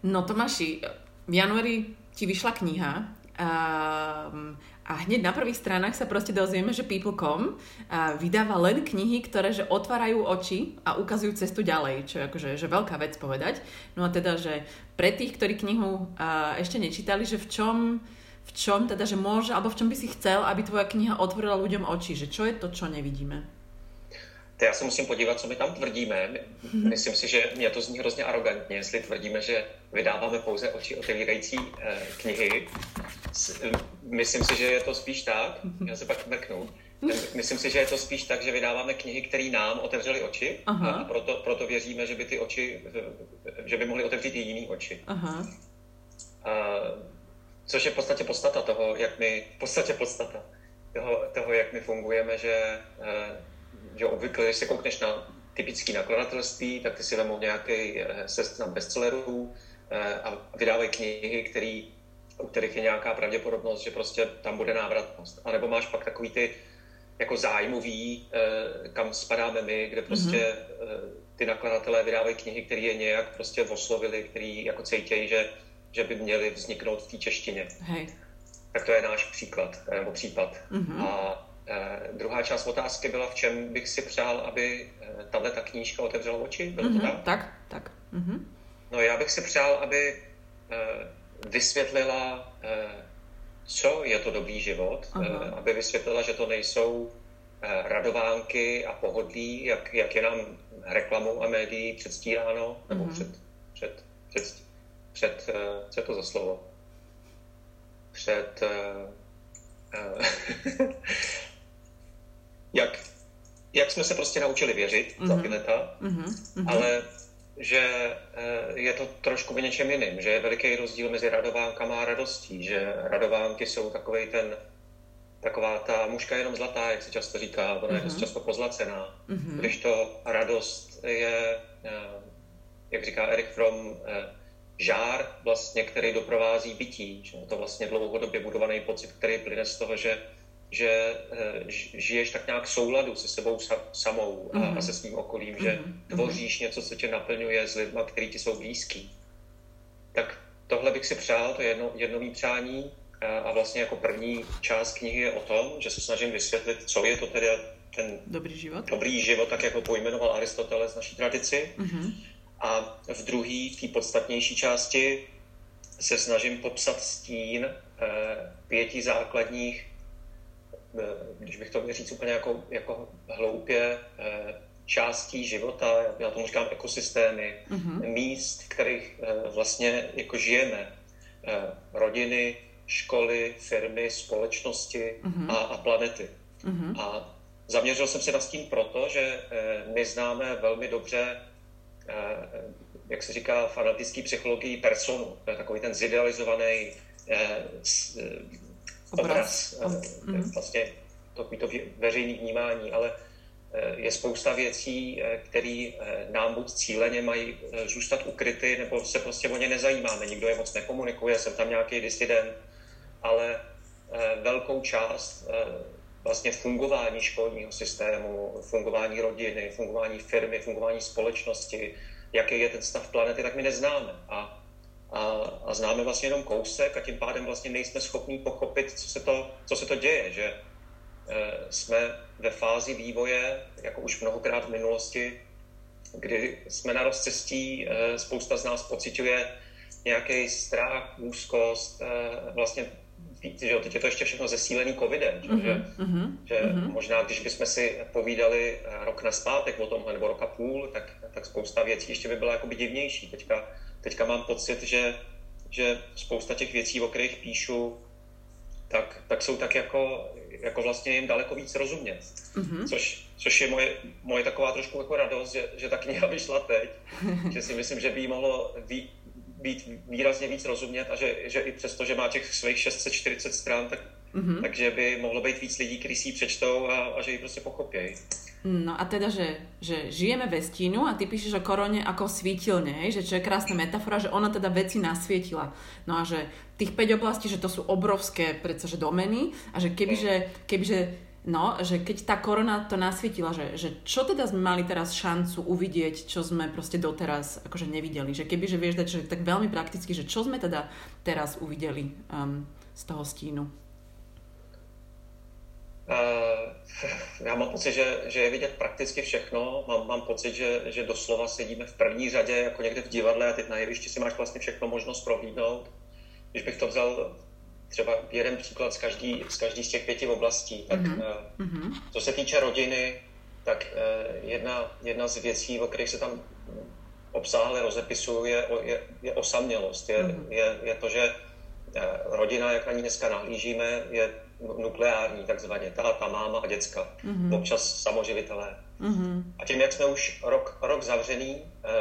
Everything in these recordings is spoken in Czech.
No Tomáši, v januári ti vyšla kniha a hneď na prvých stranách sa proste dozvieme, že People.com vydáva len knihy, ktoré že otvárajú oči a ukazujú cestu ďalej, čo je akože že veľká vec povedať. No a teda, že pre tých, ktorí knihu ešte nečítali, že v čom teda, že môže, alebo v čom by si chcel, aby tvoja kniha otvorila ľuďom oči, že čo je to, čo nevidíme? To já se musím podívat, co my tam tvrdíme. Myslím si, že mě to zní hrozně arrogantně, jestli tvrdíme, že vydáváme pouze oči otevírající knihy. Myslím si, že je to spíš tak, já se pak mrknu, myslím si, že je to spíš tak, že vydáváme knihy, které nám otevřely oči. Aha. A proto věříme, že by ty oči, že by mohly otevřít i jiný oči. Aha. Což je v podstatě podstata toho, jak my fungujeme, že obvykle, když se koukneš na typický nakladatelství, tak ty si vemou nějaký seznam bestsellerů a vydávají knihy, u kterých je nějaká pravděpodobnost, že prostě tam bude návratnost. A nebo máš pak takový ty jako zájmový, kam spadáme my, kde prostě ty nakladatelé vydávají knihy, které je nějak prostě oslovili, který jako cítějí, že by měly vzniknout v té češtině. Hej. Tak to je náš příklad, nebo případ. A druhá část otázky byla, v čem bych si přál, aby tato knížka otevřela oči. Bylo to tak? Tak. No já bych si přál, aby vysvětlila, co je to dobrý život, aby vysvětlila, že to nejsou radovánky a pohodlí, jak je nám reklamou a médií předstíráno, nebo co je to za slovo? Jak jsme se prostě naučili věřit za ty leta, ale že je to trošku v něčem jiným, že je veliký rozdíl mezi radovánkama a radostí, že radovánky jsou taková ta mužka je jenom zlatá, jak se často říká, ona je dost často pozlacená, když to radost je, jak říká Erich Fromm, žár, vlastně, který doprovází bytí, že je to vlastně dlouhodobě budovaný pocit, který plyne z toho, že žiješ tak nějak v souladu se sebou samou a se svým okolím, že tvoříš něco, co tě naplňuje s lidma, který ti jsou blízký. Tak tohle bych si přál, to je jedno mý přání a vlastně jako první část knihy je o tom, že se snažím vysvětlit, co je to tedy ten dobrý život, tak jako pojmenoval Aristoteles v naší tradici. A v druhé, v té podstatnější části se snažím popsat stín 5 základních, když bych to měl říct úplně jako hloupě, částí života, já tomu říkám ekosystémy, míst, v kterých vlastně jako žijeme, rodiny, školy, firmy, společnosti a planety. A zaměřil jsem se na stín proto, že my známe velmi dobře, jak se říká v analytické psychologii, personu. To je takový ten zidealizovaný obraz. Vlastně to veřejné vnímání, ale je spousta věcí, které nám buď cíleně mají zůstat ukryty, nebo se prostě o ně nezajímáme. Nikdo je moc nekomunikuje, jsem tam nějaký disident, ale velkou část vlastně fungování školního systému, fungování rodiny, fungování firmy, fungování společnosti, jaký je ten stav planety, tak my neznáme. A známe vlastně jenom kousek a tím pádem vlastně nejsme schopní pochopit, co se to děje, že jsme ve fázi vývoje, jako už mnohokrát v minulosti, kdy jsme na rozcestí, spousta z nás pociťuje nějaký strach, úzkost, vlastně že teď je to ještě všechno zesílený covidem, že možná, když bychom si povídali rok nazpátek o tomhle, nebo roka půl, tak spousta věcí ještě by byla jakoby divnější. Teďka mám pocit, že spousta těch věcí, o kterých píšu, tak jsou tak jako vlastně jim daleko víc rozumět. Což je moje taková trošku jako radost, že ta kniha vyšla teď, že si myslím, že by jí mohlo být výrazně víc rozumět a že i přesto, že má těch svých 640 stran, takže by mohlo být víc lidí, kteří si ji přečtou a že ji prostě pochopějí. No a teda, že žijeme ve stínu a ty píšeš o korone ako svítilne, že čo je krásna metafora, že ona teda veci nasvietila. No a že tých 5 oblastí, že to sú obrovské predsa, že domeny a že kebyže No, že keď tá korona to nasvietila, že čo teda sme mali teraz šancu uvidieť, čo sme proste doteraz akože nevideli. Že keby, že vieš dať, že tak veľmi prakticky, že čo sme teda teraz uvideli z toho stínu. Já mám pocit, že je vidět prakticky všechno. Mám pocit, že doslova sedíme v první řadě, jako někde v divadle a teď na jevišti si máš vlastně všechno možnost prohlídnout. Když bych to vzal třeba jeden příklad z každý z těch 5 oblastí, tak co se týče rodiny, tak jedna z věcí, o kterých se tam obsáhle rozepisuju, je osamělost. Je to, že rodina, jak na ní dneska nahlížíme, je nukleární, takzvaně táta, máma a děcka, občas samoživitelé. A tím, jak jsme už rok zavřený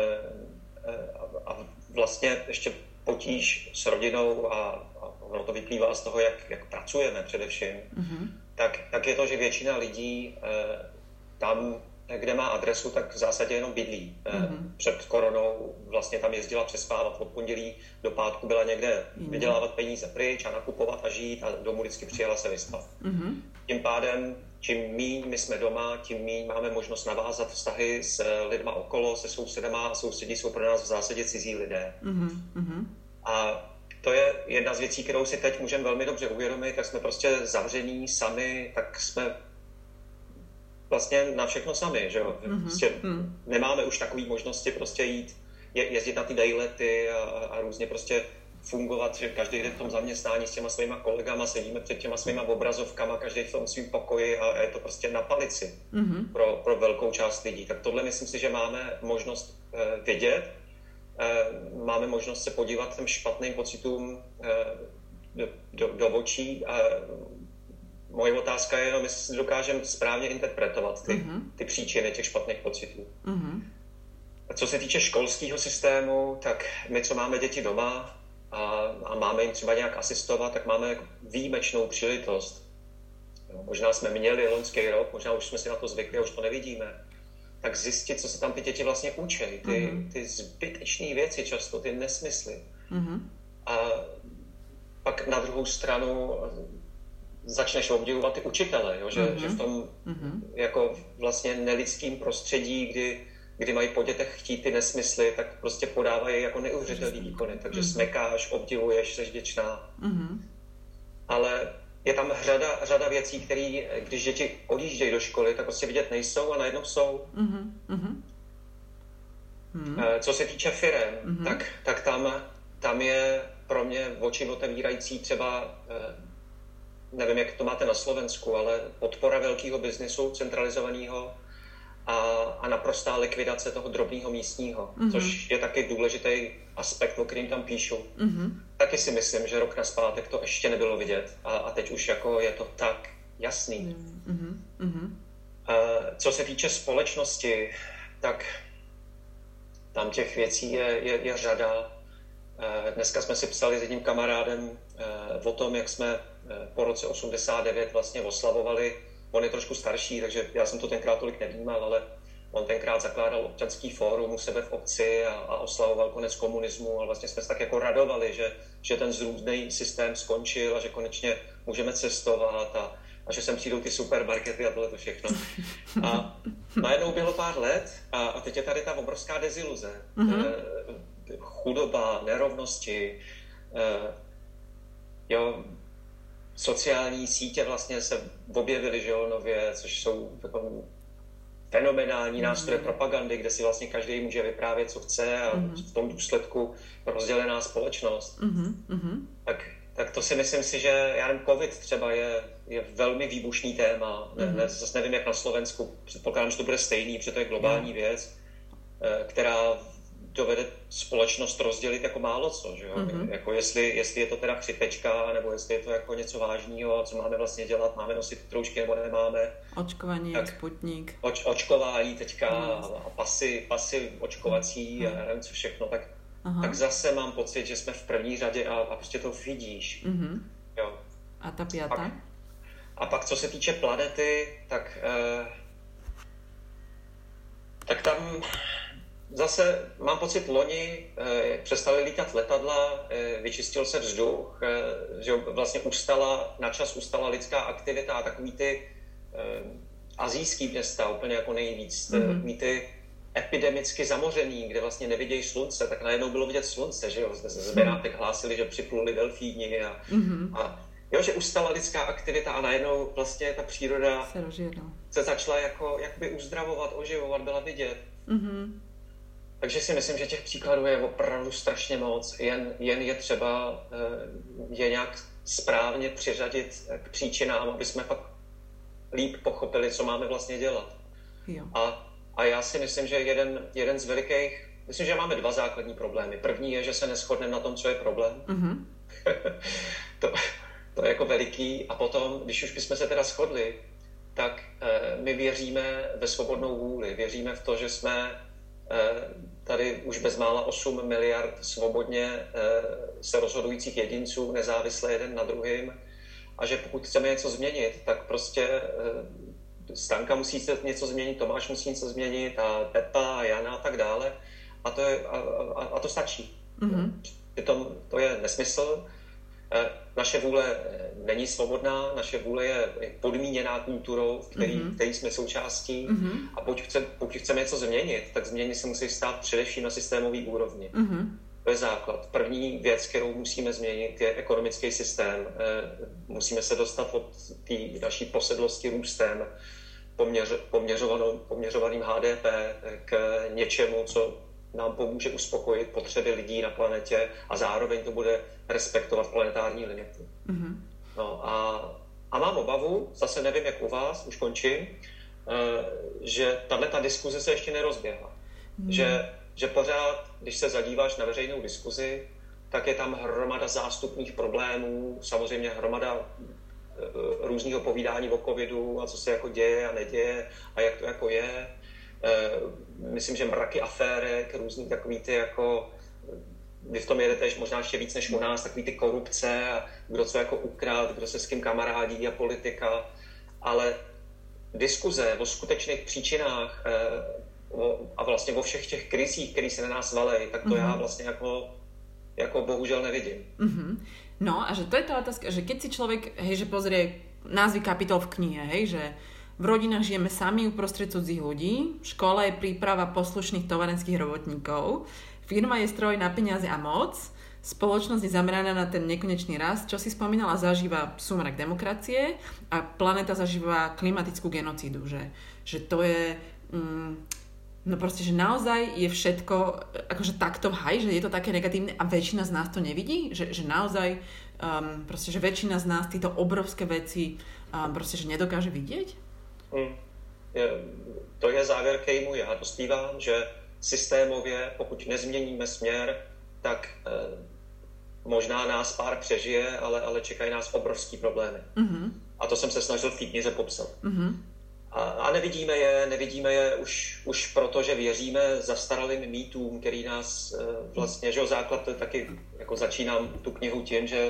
a vlastně ještě potíž s rodinou a ono to vyplývá z toho, jak pracujeme především, tak je to, že většina lidí tam, kde má adresu, tak v zásadě jenom bydlí. Před koronou vlastně tam jezdila přespávat od pondělí do pátku, byla někde vydělávat peníze pryč a nakupovat a žít a domů vždycky přijela se vyspat. Tím pádem, čím míň my jsme doma, tím míň máme možnost navázat vztahy s lidma okolo, se sousedama a sousedí jsou pro nás v zásadě cizí lidé. A to je jedna z věcí, kterou si teď můžeme velmi dobře uvědomit, jak jsme prostě zavření sami, tak jsme vlastně na všechno sami, že jo. Prostě nemáme už takové možnosti prostě jít, jezdit na ty dejlety a různě prostě fungovat, že každý den v tom zaměstnání s těma svýma kolegama, sedíme před těma svýma obrazovkama, každý v tom svým pokoji a je to prostě na palici pro velkou část lidí. Tak tohle myslím si, že máme možnost vidět, máme možnost se podívat těm špatným pocitům do očí a moje otázka je jenom, jestli si dokážeme správně interpretovat ty příčiny těch špatných pocitů. A co se týče školského systému, tak my, co máme děti doma a máme jim třeba nějak asistovat, tak máme výjimečnou příležitost. Možná jsme měli loňský rok, možná už jsme si na to zvykli a už to nevidíme. Tak zjistit, co se tam ty děti vlastně učí. Ty zbytečné věci často, ty nesmysly. A pak na druhou stranu začneš obdivovat ty učitele, jo? Že v tom jako vlastně nelidským prostředí, kdy mají po dětech chtít ty nesmysly, tak prostě podávají jako neuvěřitelný výkony. Takže smekáš, obdivuješ, seš vděčná. Ale je tam řada věcí, které, když děti odjíždějí do školy, tak prostě vidět nejsou a najednou jsou. Co se týče firem, tak tam je pro mě oči otevírající třeba, nevím, jak to máte na Slovensku, ale podpora velkého biznesu, centralizovaného a naprostá likvidace toho drobného místního, což je taky důležitý aspekt, o kterým tam píšu. Taky si myslím, že rok nazpátek to ještě nebylo vidět a teď už jako je to tak jasný. Co se týče společnosti, tak tam těch věcí je řada. Dneska jsme si psali s jedním kamarádem o tom, jak jsme po roce 89 vlastně oslavovali. On je trošku starší, takže já jsem to tenkrát tolik nevnímal, ale on tenkrát zakládal občanský fórum u sebe v obci a oslavoval konec komunismu, ale vlastně jsme se tak jako radovali, že ten zrůdný systém skončil a že konečně můžeme cestovat a že sem přijdou ty supermarkety a tohle to všechno. A najednou bylo pár let a teď je tady ta obrovská deziluze. Chudoba, nerovnosti, sociální sítě vlastně se objevily, že jo, nově, což jsou jako fenomenální nástroje propagandy, kde si vlastně každý může vyprávět, co chce a v tom důsledku rozdělená společnost. Tak to si myslím si, že já nevím, covid třeba je velmi výbušný téma. Zase nevím, jak na Slovensku. Předpokládám, že to bude stejný, protože to je globální věc, která dovede společnost rozdělit jako málo co, že jo? Jako jestli je to teda chřipečka, nebo jestli je to jako něco vážného, co máme vlastně dělat, máme nosit troušky nebo nemáme. Očkování, Sputnik. Očkování teďka a pasy očkovací a nevím co všechno, tak zase mám pocit, že jsme v první řadě a prostě to vidíš. Jo. A ta pěta? A pak co se týče planety, tak tam zase mám pocit, loni přestali lítat letadla, vyčistil se vzduch, že vlastně na čas ustala lidská aktivita a takový ty asijský města úplně jako nejvíc, ty epidemicky zamořený, kde vlastně nevidějí slunce, tak najednou bylo vidět slunce, že jo, z Benátek hlásili, že připluli delfíni a jo, že ustala lidská aktivita a najednou vlastně ta příroda se začala jakoby uzdravovat, oživovat, byla vidět. Takže si myslím, že těch příkladů je opravdu strašně moc, jen je třeba je nějak správně přiřadit k příčinám, aby jsme pak líp pochopili, co máme vlastně dělat. Jo. A já si myslím, že jeden z velikých, myslím, že máme dva základní problémy. První je, že se neshodneme na tom, co je problém. To je jako veliký. A potom, když už bychom se teda shodli, tak my věříme ve svobodnou vůli. Věříme v to, že jsme tady už bezmála 8 miliard svobodně se rozhodujících jedinců, nezávisle jeden na druhým. A že pokud chceme něco změnit, tak prostě Stanka musí něco změnit, Tomáš musí něco změnit a Pepa a Jana a tak dále. A to stačí. To je nesmysl. Naše vůle není svobodná, naše vůle je podmíněná kulturou, který jsme součástí. A pokud chceme něco změnit, tak změny se musí stát především na systémové úrovni. To je základ. První věc, kterou musíme změnit, je ekonomický systém. Musíme se dostat od té naší posedlosti růstem, poměřovaným HDP k něčemu, co nám pomůže uspokojit potřeby lidí na planetě a zároveň to bude respektovat planetární limity. No a mám obavu, zase nevím, jak u vás, už končím, že tato diskuze se ještě nerozběhla. Že pořád, když se zadíváš na veřejnou diskuzi, tak je tam hromada zástupných problémů, samozřejmě hromada různého povídání o covidu a co se jako děje a neděje a jak to jako je. Myslím, že mraky aférek, různý takový ty jako, vy v tom jedete možná ještě víc než u nás, takový ty korupce a kdo co jako ukrát, kdo se s kým kamarádí a politika, ale diskuze o skutečných příčinách a vlastně o všech těch krizích, které se na nás valej, tak to já vlastně jako bohužel nevidím. No a že to je tá otázka, že keď si človek, hej, že pozrie názvy kapitol v knihe, hej, že v rodinách žijeme sami uprostred cudzích ľudí, škola je príprava poslušných tovarenských robotníkov, firma je stroj na peniaze a moc, spoločnosť je zameraná na ten nekonečný rast, čo si spomínala, zažíva súmrak demokracie a planéta zažíva klimatickú genocídu, že to je... No proste, že naozaj je všetko akože takto v haji, že je to také negatívne a väčšina z nás to nevidí, že naozaj proste, že väčšina z nás tieto obrovské veci proste, že nedokáže vidieť? To je závěr Kejmu, já dospívám, že systémově, pokud nezměníme směr, tak možná nás pár přežije, ale čekají nás obrovský problémy. A to jsem se snažil v té knize popsat. A nevidíme je už proto, že věříme zastaralým mýtům, který nás vlastně, že základ taky, jako začínám tu knihu tím, že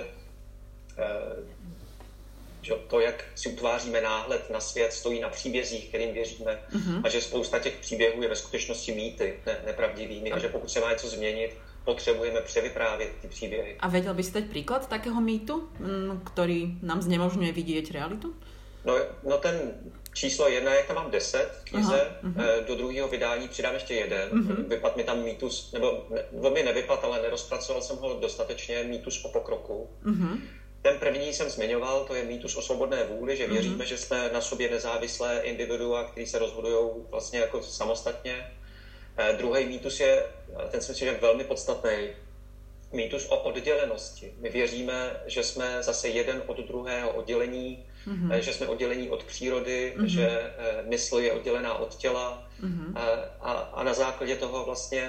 to, jak si utváříme náhled na svět, stojí na příbězích, kterým věříme a že spousta těch příběhů je ve skutečnosti mýty, nepravdivými a že pokud se má něco změnit, potřebujeme převyprávět ty příběhy. A vedel by si dať príklad takého mýtu, ktorý nám znemožňuje vidieť realitu? No ten číslo 1, jak tam mám 10 v knize, do druhého vydání přidám ještě jeden. Vypad mi tam mýtus, nebo on mi nevypad, ale nerozpracoval jsem ho dostatečně, mýtus o pokroku. Ten první jsem zmiňoval, to je mýtus o svobodné vůli, že věříme, že jsme na sobě nezávislé individua, kteří se rozhodují vlastně jako samostatně. Druhý mýtus je, ten si myslím, že je velmi podstatný, mýtus o oddělenosti. My věříme, že jsme zase jeden od druhého oddělení, že jsme oddělení od přírody, že mysl je oddělená od těla a na základě toho vlastně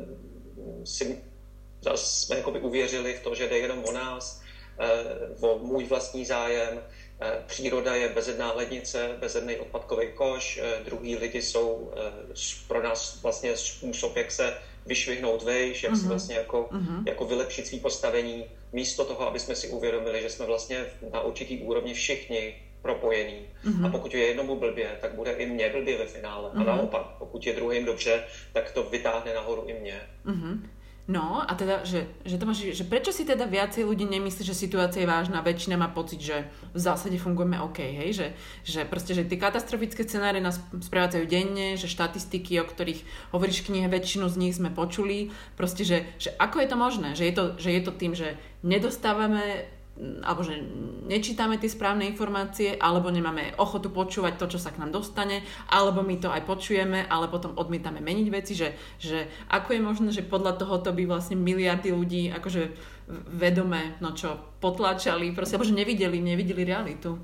jsme jakoby uvěřili v to, že jde jenom o nás, o můj vlastní zájem. Příroda je bezedná lednice, bezedný odpadkový koš, druhý lidi jsou pro nás vlastně způsob, jak se vyšvihnout vejš, jak si vlastně jako vylepšit svý postavení, místo toho, aby jsme si uvědomili, že jsme vlastně na určitý úrovni všichni propojení. A pokud je jednomu blbě, tak bude i mě blbě ve finále. A naopak, pokud je druhým dobře, tak to vytáhne nahoru i mě. No a teda, že prečo si teda viacej ľudí nemyslí, že situácia je vážna, väčšina má pocit, že v zásade fungujeme OK, hej, že proste, že tie katastrofické scenáre nás sprevádzajú denne, že štatistiky, o ktorých hovoríš v knihe, väčšinu z nich sme počuli, proste, že ako je to možné, že je to tým, že nedostávame alebo že nečítame tie správne informácie, alebo nemáme ochotu počúvať to, čo sa k nám dostane, alebo my to aj počujeme, ale potom odmietame meniť veci, že ako je možné, že podľa tohoto by vlastne miliardy ľudí akože vedome, no čo, potláčali, proste, alebo že nevideli realitu.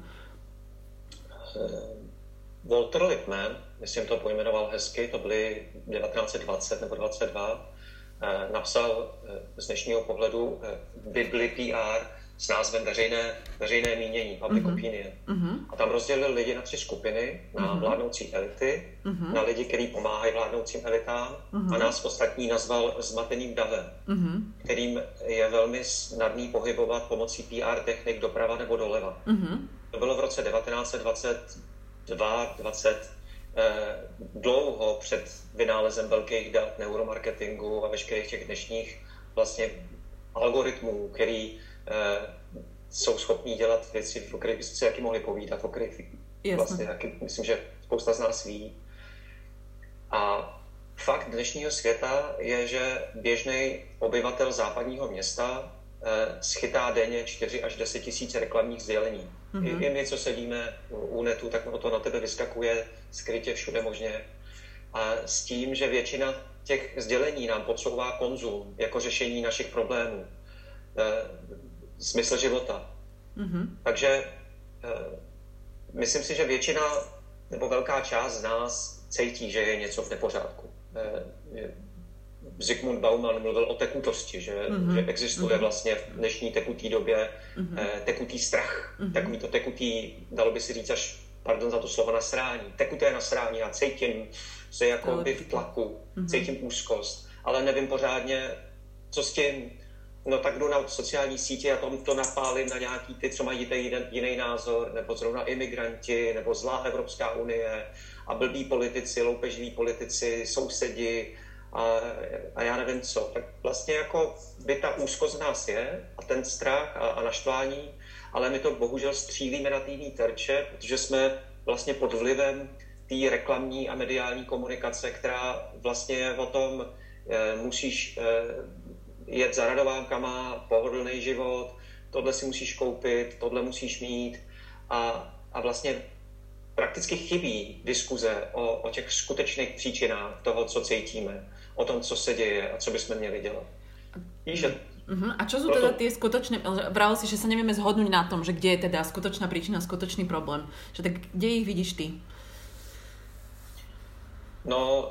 Walter Lippmann, myslím to pojmenoval hezky, to byly 1920 nebo 22, napsal z dnešního pohledu Bibli PR s názvem veřejné mínění, public opinion. A tam rozdělil lidi na 3 skupiny, na vládnoucí elity, na lidi, kteří pomáhají vládnoucím elitám a nás ostatní nazval zmateným davem, kterým je velmi snadný pohybovat pomocí PR technik doprava nebo doleva. To bylo v roce 1922-20, dlouho před vynálezem velkých dat, neuromarketingu a veškerých těch dnešních vlastně algoritmů, který jsou schopní dělat věci, o kterých byste si taky mohli povídat, o kterých vlastně taky, myslím, že spousta z nás ví. A fakt dnešního světa je, že běžný obyvatel západního města schytá denně 4 až 10 tisíc reklamních sdělení. I my, co sedíme u netu, tak to na tebe vyskakuje skrytě všude možně. A s tím, že většina těch sdělení nám podsouvá konzum jako řešení našich problémů. Smysl života. Takže myslím si, že většina nebo velká část z nás cítí, že je něco v nepořádku. Zygmunt Bauman mluvil o tekutosti, že existuje vlastně v dnešní tekutý době tekutý strach. Takový to tekutý, dalo by si říct až, pardon za to slovo, nasrání. Tekuté nasrání, já cítím se jako by v tlaku, cítím úzkost, ale nevím pořádně, co s tím. No tak jdu na sociální sítě a to napálím na nějaký ty, co mají jiný názor, nebo zrovna imigranti, nebo zlá Evropská unie a blbí politici, loupeživí politici, sousedi a já nevím co. Tak vlastně jako by ta úzkost v nás je a ten strach a naštvání, ale my to bohužel střílíme na týdní terče, protože jsme vlastně pod vlivem té reklamní a mediální komunikace, která vlastně je o tom, musíš jet za radovánkama, pohodlný život, tohle si musíš koupit, tohle musíš mít a vlastně prakticky chybí diskuze o těch skutečných příčinách toho, co cítíme, o tom, co se děje a co bychom měli dělat. Víš, A čo sú teda tie skutočné, vravel si, že sa nevieme zhodnúť na tom, že kde je teda skutočná príčina, skutočný problém. Že tak kde ich vidíš ty? No,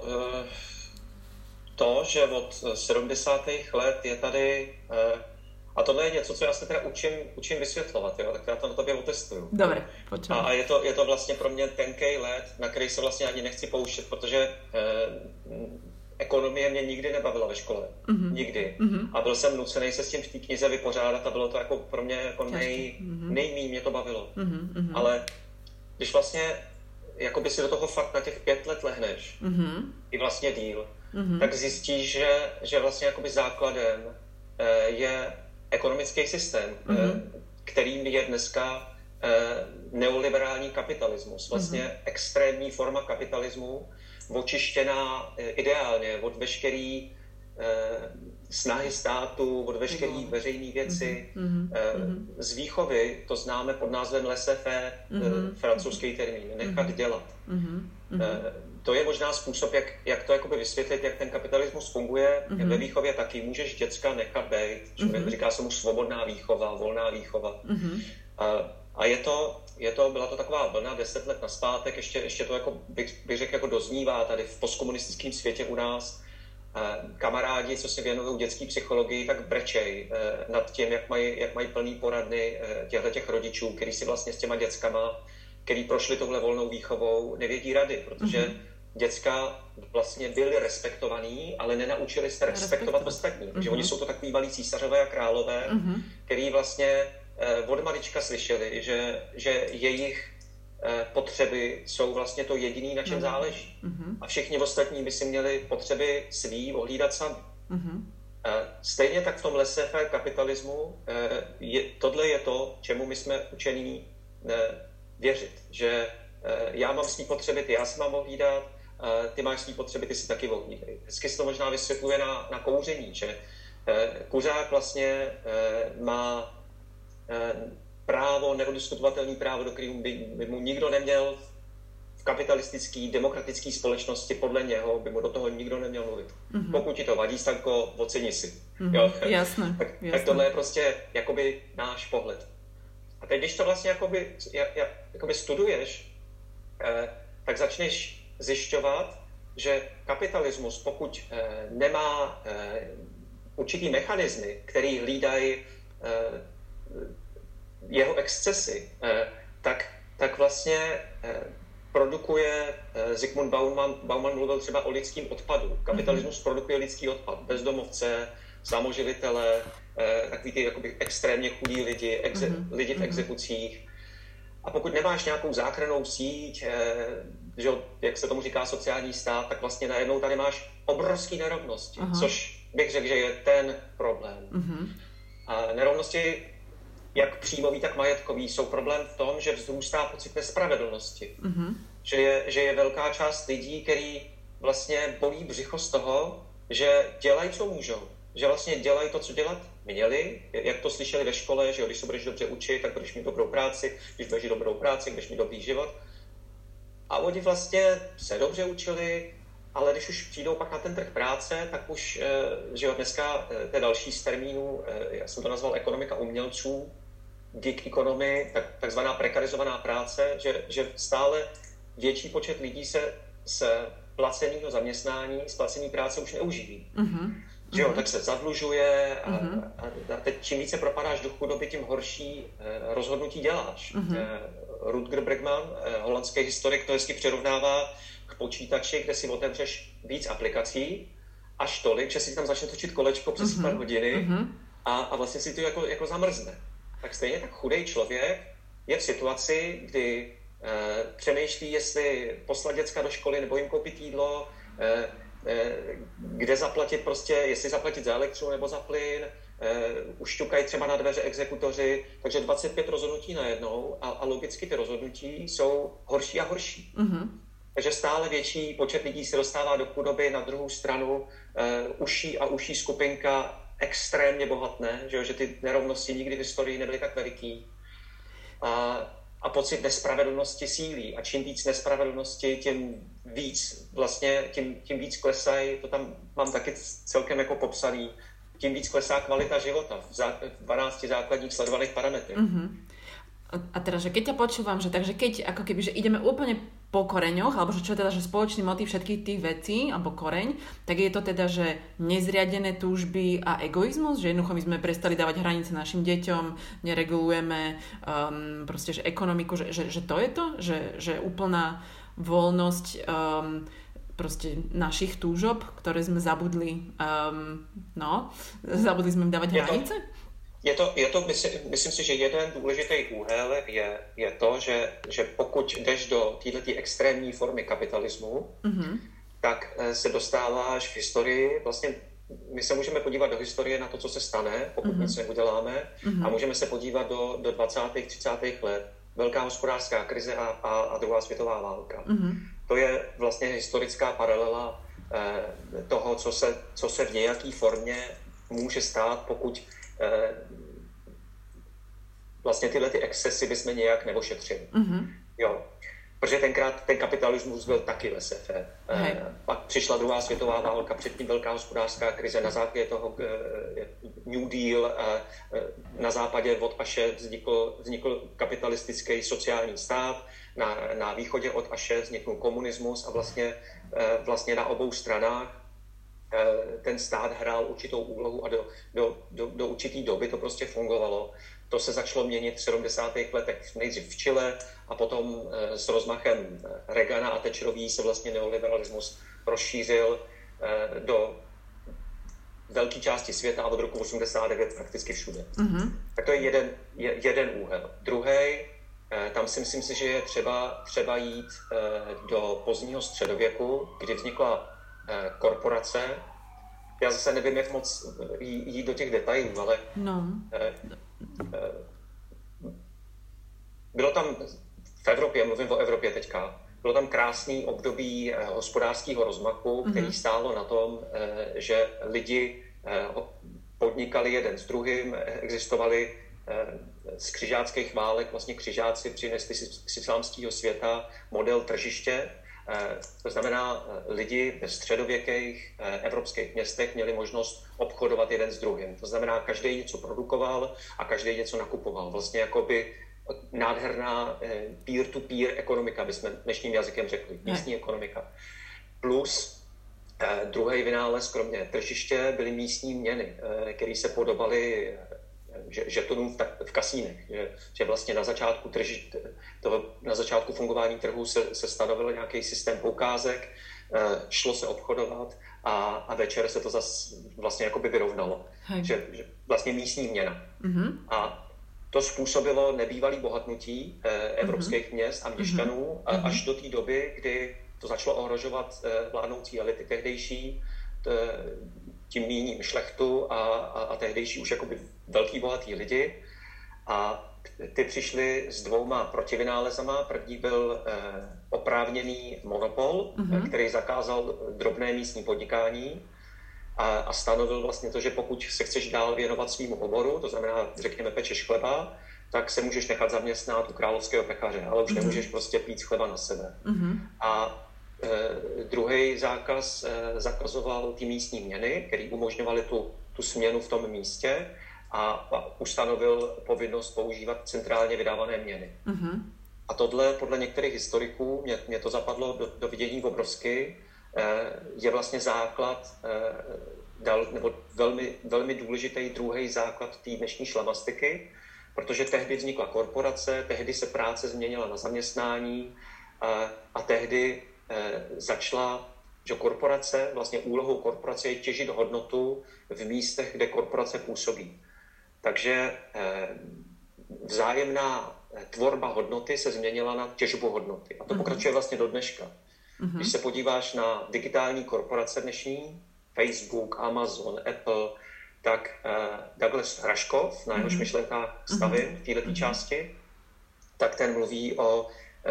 to, že od 70. let je tady, a tohle je něco, co já se teda učím vysvětlovat, jo? Tak já to na tobě otestuju. Dobre, počujem. A je to vlastně pro mě tenkej led, na který se vlastně ani nechci pouštět, protože ekonomie mě nikdy nebavila ve škole. Nikdy. A byl jsem nucený se s tím v té knize vypořádat a bylo to jako pro mě jako nejméně mě to bavilo. Ale když vlastně jakoby si do toho fakt na těch 5 let lehneš, i vlastně díl, tak zjistíš, že vlastně jakoby základem je ekonomický systém, kterým je dneska neoliberální kapitalismus. Vlastně extrémní forma kapitalismu, očištěná ideálně od veškerý snahy státu, od veškerý veřejné věci. Z výchovy to známe pod názvem laissez-faire, francouzský termín, nechat dělat. To je možná způsob, jak to jakoby vysvětlit, jak ten kapitalismus funguje. Ve výchově taky můžeš děcka nechat být. Člověk říká se mu svobodná výchova, volná výchova. A byla to taková vlna 10 let nazpátek, ještě to jako bych řekl, jako doznívá tady v postkomunistickém světě u nás. Kamarádi, co se věnují dětské psychologii, tak brečej nad tím, jak mají plný poradny těch rodičů, který si vlastně s těma dětskama, který prošli touhle volnou výchovou, nevědí rady, protože děcka vlastně byli respektovaní, ale nenaučili se respektovat ostatní. Takže oni jsou to takový malí císařové a králové, který vlastně od malička slyšeli, že jejich potřeby jsou vlastně to jediné, na čem záleží. A všichni ostatní by si měli potřeby svý ohlídat sami. Stejně tak v tom laissez-faire kapitalismu tohle je to, čemu my jsme učení věřit, že já mám svý potřeby, ty já si mám ohlídat, ty máš svý potřeby, ty si taky ohlídej. Hezky se to možná vysvětluje na kouření, že kuřák vlastně má právo, neodiskutovatelný právo, do kterého by mu nikdo neměl v kapitalistické, demokratické společnosti, podle něho by mu do toho nikdo neměl mluvit. Mm-hmm. Pokud ti to vadí, Stanko, oceni si. Mm-hmm. Jo? Jasné. Tak tohle je prostě jakoby náš pohled. A teď, když to vlastně jakoby studuješ, tak začneš zjišťovat, že kapitalismus, pokud nemá určitý mechanismy, který hlídají jeho excesy, tak vlastně produkuje, Zygmunt Bauman mluvil třeba o lidském odpadu. Kapitalismus produkuje lidský odpad. Bezdomovce, samoživitele, takový ty jakoby extrémně chudí lidi, lidi v exekucích. A pokud nemáš nějakou záchrannou síť, že, jak se tomu říká sociální stát, tak vlastně najednou tady máš obrovské nerovnosti, což bych řekl, že je ten problém. A nerovnosti, jak příjmový, tak majetkový, jsou problém v tom, že vzrůstá pocit nespravedlnosti. Že je velká část lidí, který vlastně bolí břicho z toho, že dělají, co můžou. Že vlastně dělají to, co dělat měli, jak to slyšeli ve škole, že když se budeš dobře učit, tak budeš mít dobrou práci, když budeš mít dobrou práci, budeš mít dobrý život. A oni vlastně se dobře učili, ale když už přijdou pak na ten trh práce, tak už, že jo, dneska to je další z termínů, já jsem to nazval ekonomika umělců, gig economy, takzvaná prekarizovaná práce, že stále větší počet lidí se z placeného zaměstnání, z placené práce už neuživí. Že jo, tak se zadlužuje a teď čím více propadáš do chudoby, tím horší rozhodnutí děláš. Rutger Bregman, holandský historik, to hezky přirovnává k počítači, kde si otevřeš víc aplikací, až tolik, že si tam začne točit kolečko přes pár hodiny a vlastně si to jako zamrzne. Tak stejně tak chudej člověk je v situaci, kdy přemýšlí, jestli poslat děcka do školy nebo jim koupit jídlo, kde zaplatit prostě, jestli zaplatit za elektřinu nebo za plyn, už ťukají třeba na dveře exekutoři, takže 25 rozhodnutí najednou a logicky ty rozhodnutí jsou horší a horší. Takže stále větší počet lidí se dostává do chudoby, na druhou stranu užší a užší skupinka extrémně bohatné, že ty nerovnosti nikdy v historii nebyly tak veliký. A pocit nespravedlnosti sílí. A čím víc nespravedlnosti, tím víc vlastně, tím víc klesají, to tam mám taky celkem jako popsaný, tím víc klesá kvalita života v 12 základních sledovaných parametrech. A teda, že keď ťa počúvam, že takže keď ako keby, že ideme úplne po koreňoch, alebo že čo je teda, že spoločný motív všetkých tých vecí, alebo koreň, tak je to teda, že nezriadené túžby a egoizmus, že jednoducho my sme prestali dávať hranice našim deťom, neregulujeme proste, že ekonomiku, že to je to? Že úplná voľnosť proste našich túžob, ktoré sme zabudli, zabudli sme im dávať hranice? Je to myslím si, že jeden důležitý úhel je to, že pokud jdeš do této extrémní formy kapitalismu, tak se dostáváš v historii, vlastně my se můžeme podívat do historie na to, co se stane, pokud nic neuděláme, a můžeme se podívat do 20. 30. let, velká hospodářská krize a druhá světová válka. To je vlastně historická paralela toho, co se v nějaké formě může stát, pokud vlastně tyhle ty excesy bychom nějak neošetřili. Jo. Protože tenkrát ten kapitalismus byl taky laissez-faire. Pak přišla druhá světová válka, předtím velká hospodářská krize, na základě toho New Deal, na západě od Aše vznikl kapitalistický sociální stát, na východě od Aše vznikl komunismus a vlastně na obou stranách ten stát hrál určitou úlohu a do určité doby to prostě fungovalo. To se začalo měnit v 70. letech nejdřív v Chile a potom s rozmachem Reagana a Thatcherový se vlastně neoliberalismus rozšířil do velké části světa a od roku 89 prakticky všude. Tak to je jeden úhel. Druhý, tam si myslím si, že je třeba jít do pozdního středověku, kdy vznikla korporace, já zase nevím, jak moc jít do těch detailů, ale bylo tam v Evropě, mluvím o Evropě teďka, bylo tam krásný období hospodářského rozmachu, který stálo na tom, že lidi podnikali jeden s druhým, existovali z křižáckých válek, vlastně křižáci přinesli z islámského světa model tržiště. To znamená, lidi ve středověkých evropských městech měli možnost obchodovat jeden s druhým. To znamená, každý něco produkoval a každý něco nakupoval. Vlastně jakoby nádherná peer-to-peer ekonomika, bychom dnešním jazykem řekli, místní ekonomika. Plus druhý vynález, kromě tržiště, byly místní měny, které se podobaly žetonům v kasínech. Že vlastně na začátku fungování trhu se stanovil nějaký systém poukázek, šlo se obchodovat a večer se to zase vlastně jakoby vyrovnalo. Že vlastně místní měna. A to způsobilo nebývalý bohatnutí evropských měst a měšťanů až do té doby, kdy to začalo ohrožovat vládnoucí elity tehdejší, tím míním šlechtu a tehdejší už jakoby velký bohatý lidi. A ty přišli s dvouma protivynálezama. První byl oprávněný monopol, který zakázal drobné místní podnikání a stanovil vlastně to, že pokud se chceš dál věnovat svýmu oboru, to znamená, řekněme, pečeš chleba, tak se můžeš nechat zaměstnat u královského pekaře, ale už nemůžeš prostě pít chleba na sebe. A druhý zákaz zakazoval ty místní měny, které umožňovaly tu směnu v tom místě a ustanovil povinnost používat centrálně vydávané měny. A tohle podle některých historiků, mě to zapadlo do vidění obrovsky, je vlastně základ, nebo velmi, velmi důležitý druhý základ té dnešní šlamastiky, protože tehdy vznikla korporace, tehdy se práce změnila na zaměstnání a tehdy začala, že korporace, vlastně úlohou korporace je těžit hodnotu v místech, kde korporace působí. Takže vzájemná tvorba hodnoty se změnila na těžbu hodnoty. A to pokračuje vlastně do dneška. Když se podíváš na digitální korporace dnešní, Facebook, Amazon, Apple, tak Douglas Rushkoff, na jehož myšlenkách stavím v této části, tak ten mluví o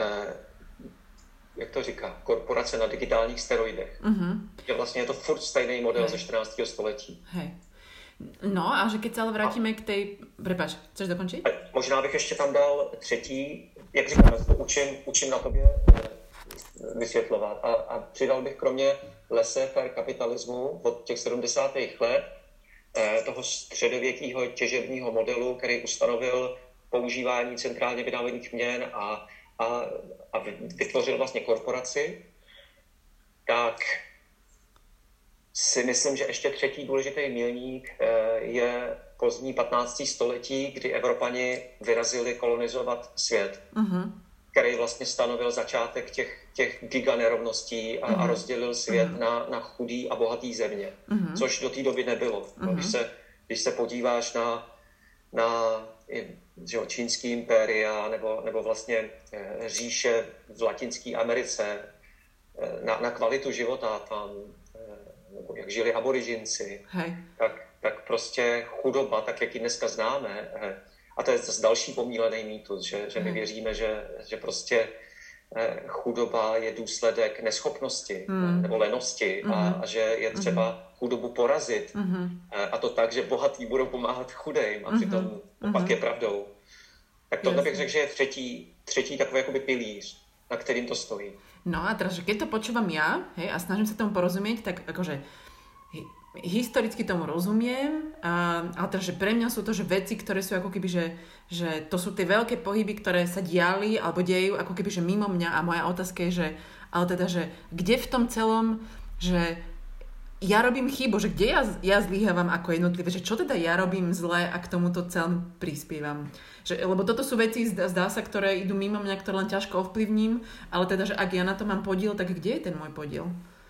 jak to říká, korporace na digitálních steroidech. Že vlastně je to furt stejný model ze 14. století. No a že keď se ale vrátíme k tej... Prepáč, chceš dokončit? Možná bych ještě tam dal třetí, jak říkáme, to učím na tobě vysvětlovat. A přidal bych kromě laissez-faire kapitalismu od těch 70. let toho středověkého těžebního modelu, který ustanovil používání centrálně vydávaných měn a vytvořil vlastně korporaci, tak si myslím, že ještě třetí důležitý milník je pozdní 15. století, kdy Evropani vyrazili kolonizovat svět, který vlastně stanovil začátek těch giganerovností a rozdělil svět na chudý a bohatý země, což do té doby nebylo. Když se podíváš na čínský impéria nebo vlastně říše v Latinské Americe, na kvalitu života tam, nebo jak žili aborižinci, tak prostě chudoba, tak jak ji dneska známe, a to je zase další pomílený mýtus, že my věříme, že prostě chudoba je důsledek neschopnosti nebo lenosti a že je třeba chudobu porazit. A to tak, že bohatí budou pomáhat chudým a přitom opak je pravdou. Tak tohle bych řekl, že je třetí takový jakoby pilíř, na kterým to stojí. No a teraz, že keď to počúvam ja, hej, a snažím sa tomu porozumieť, tak akože historicky tomu rozumiem, ale teraz, že pre mňa sú to že veci, ktoré sú ako keby, že to sú tie veľké pohyby, ktoré sa diali alebo dejú ako keby, že mimo mňa, a moja otázka je, že ale teda, že kde v tom celom, že ja robím chybu, že kde ja zlyhávam ako jednotlivé, že čo teda ja robím zle a k tomuto celom prispievam. Lebo toto sú veci, zdá sa, ktoré idú mimo mňa, ktoré len ťažko ovplyvním, ale teda, že ak ja na to mám podiel, tak kde je ten môj podiel?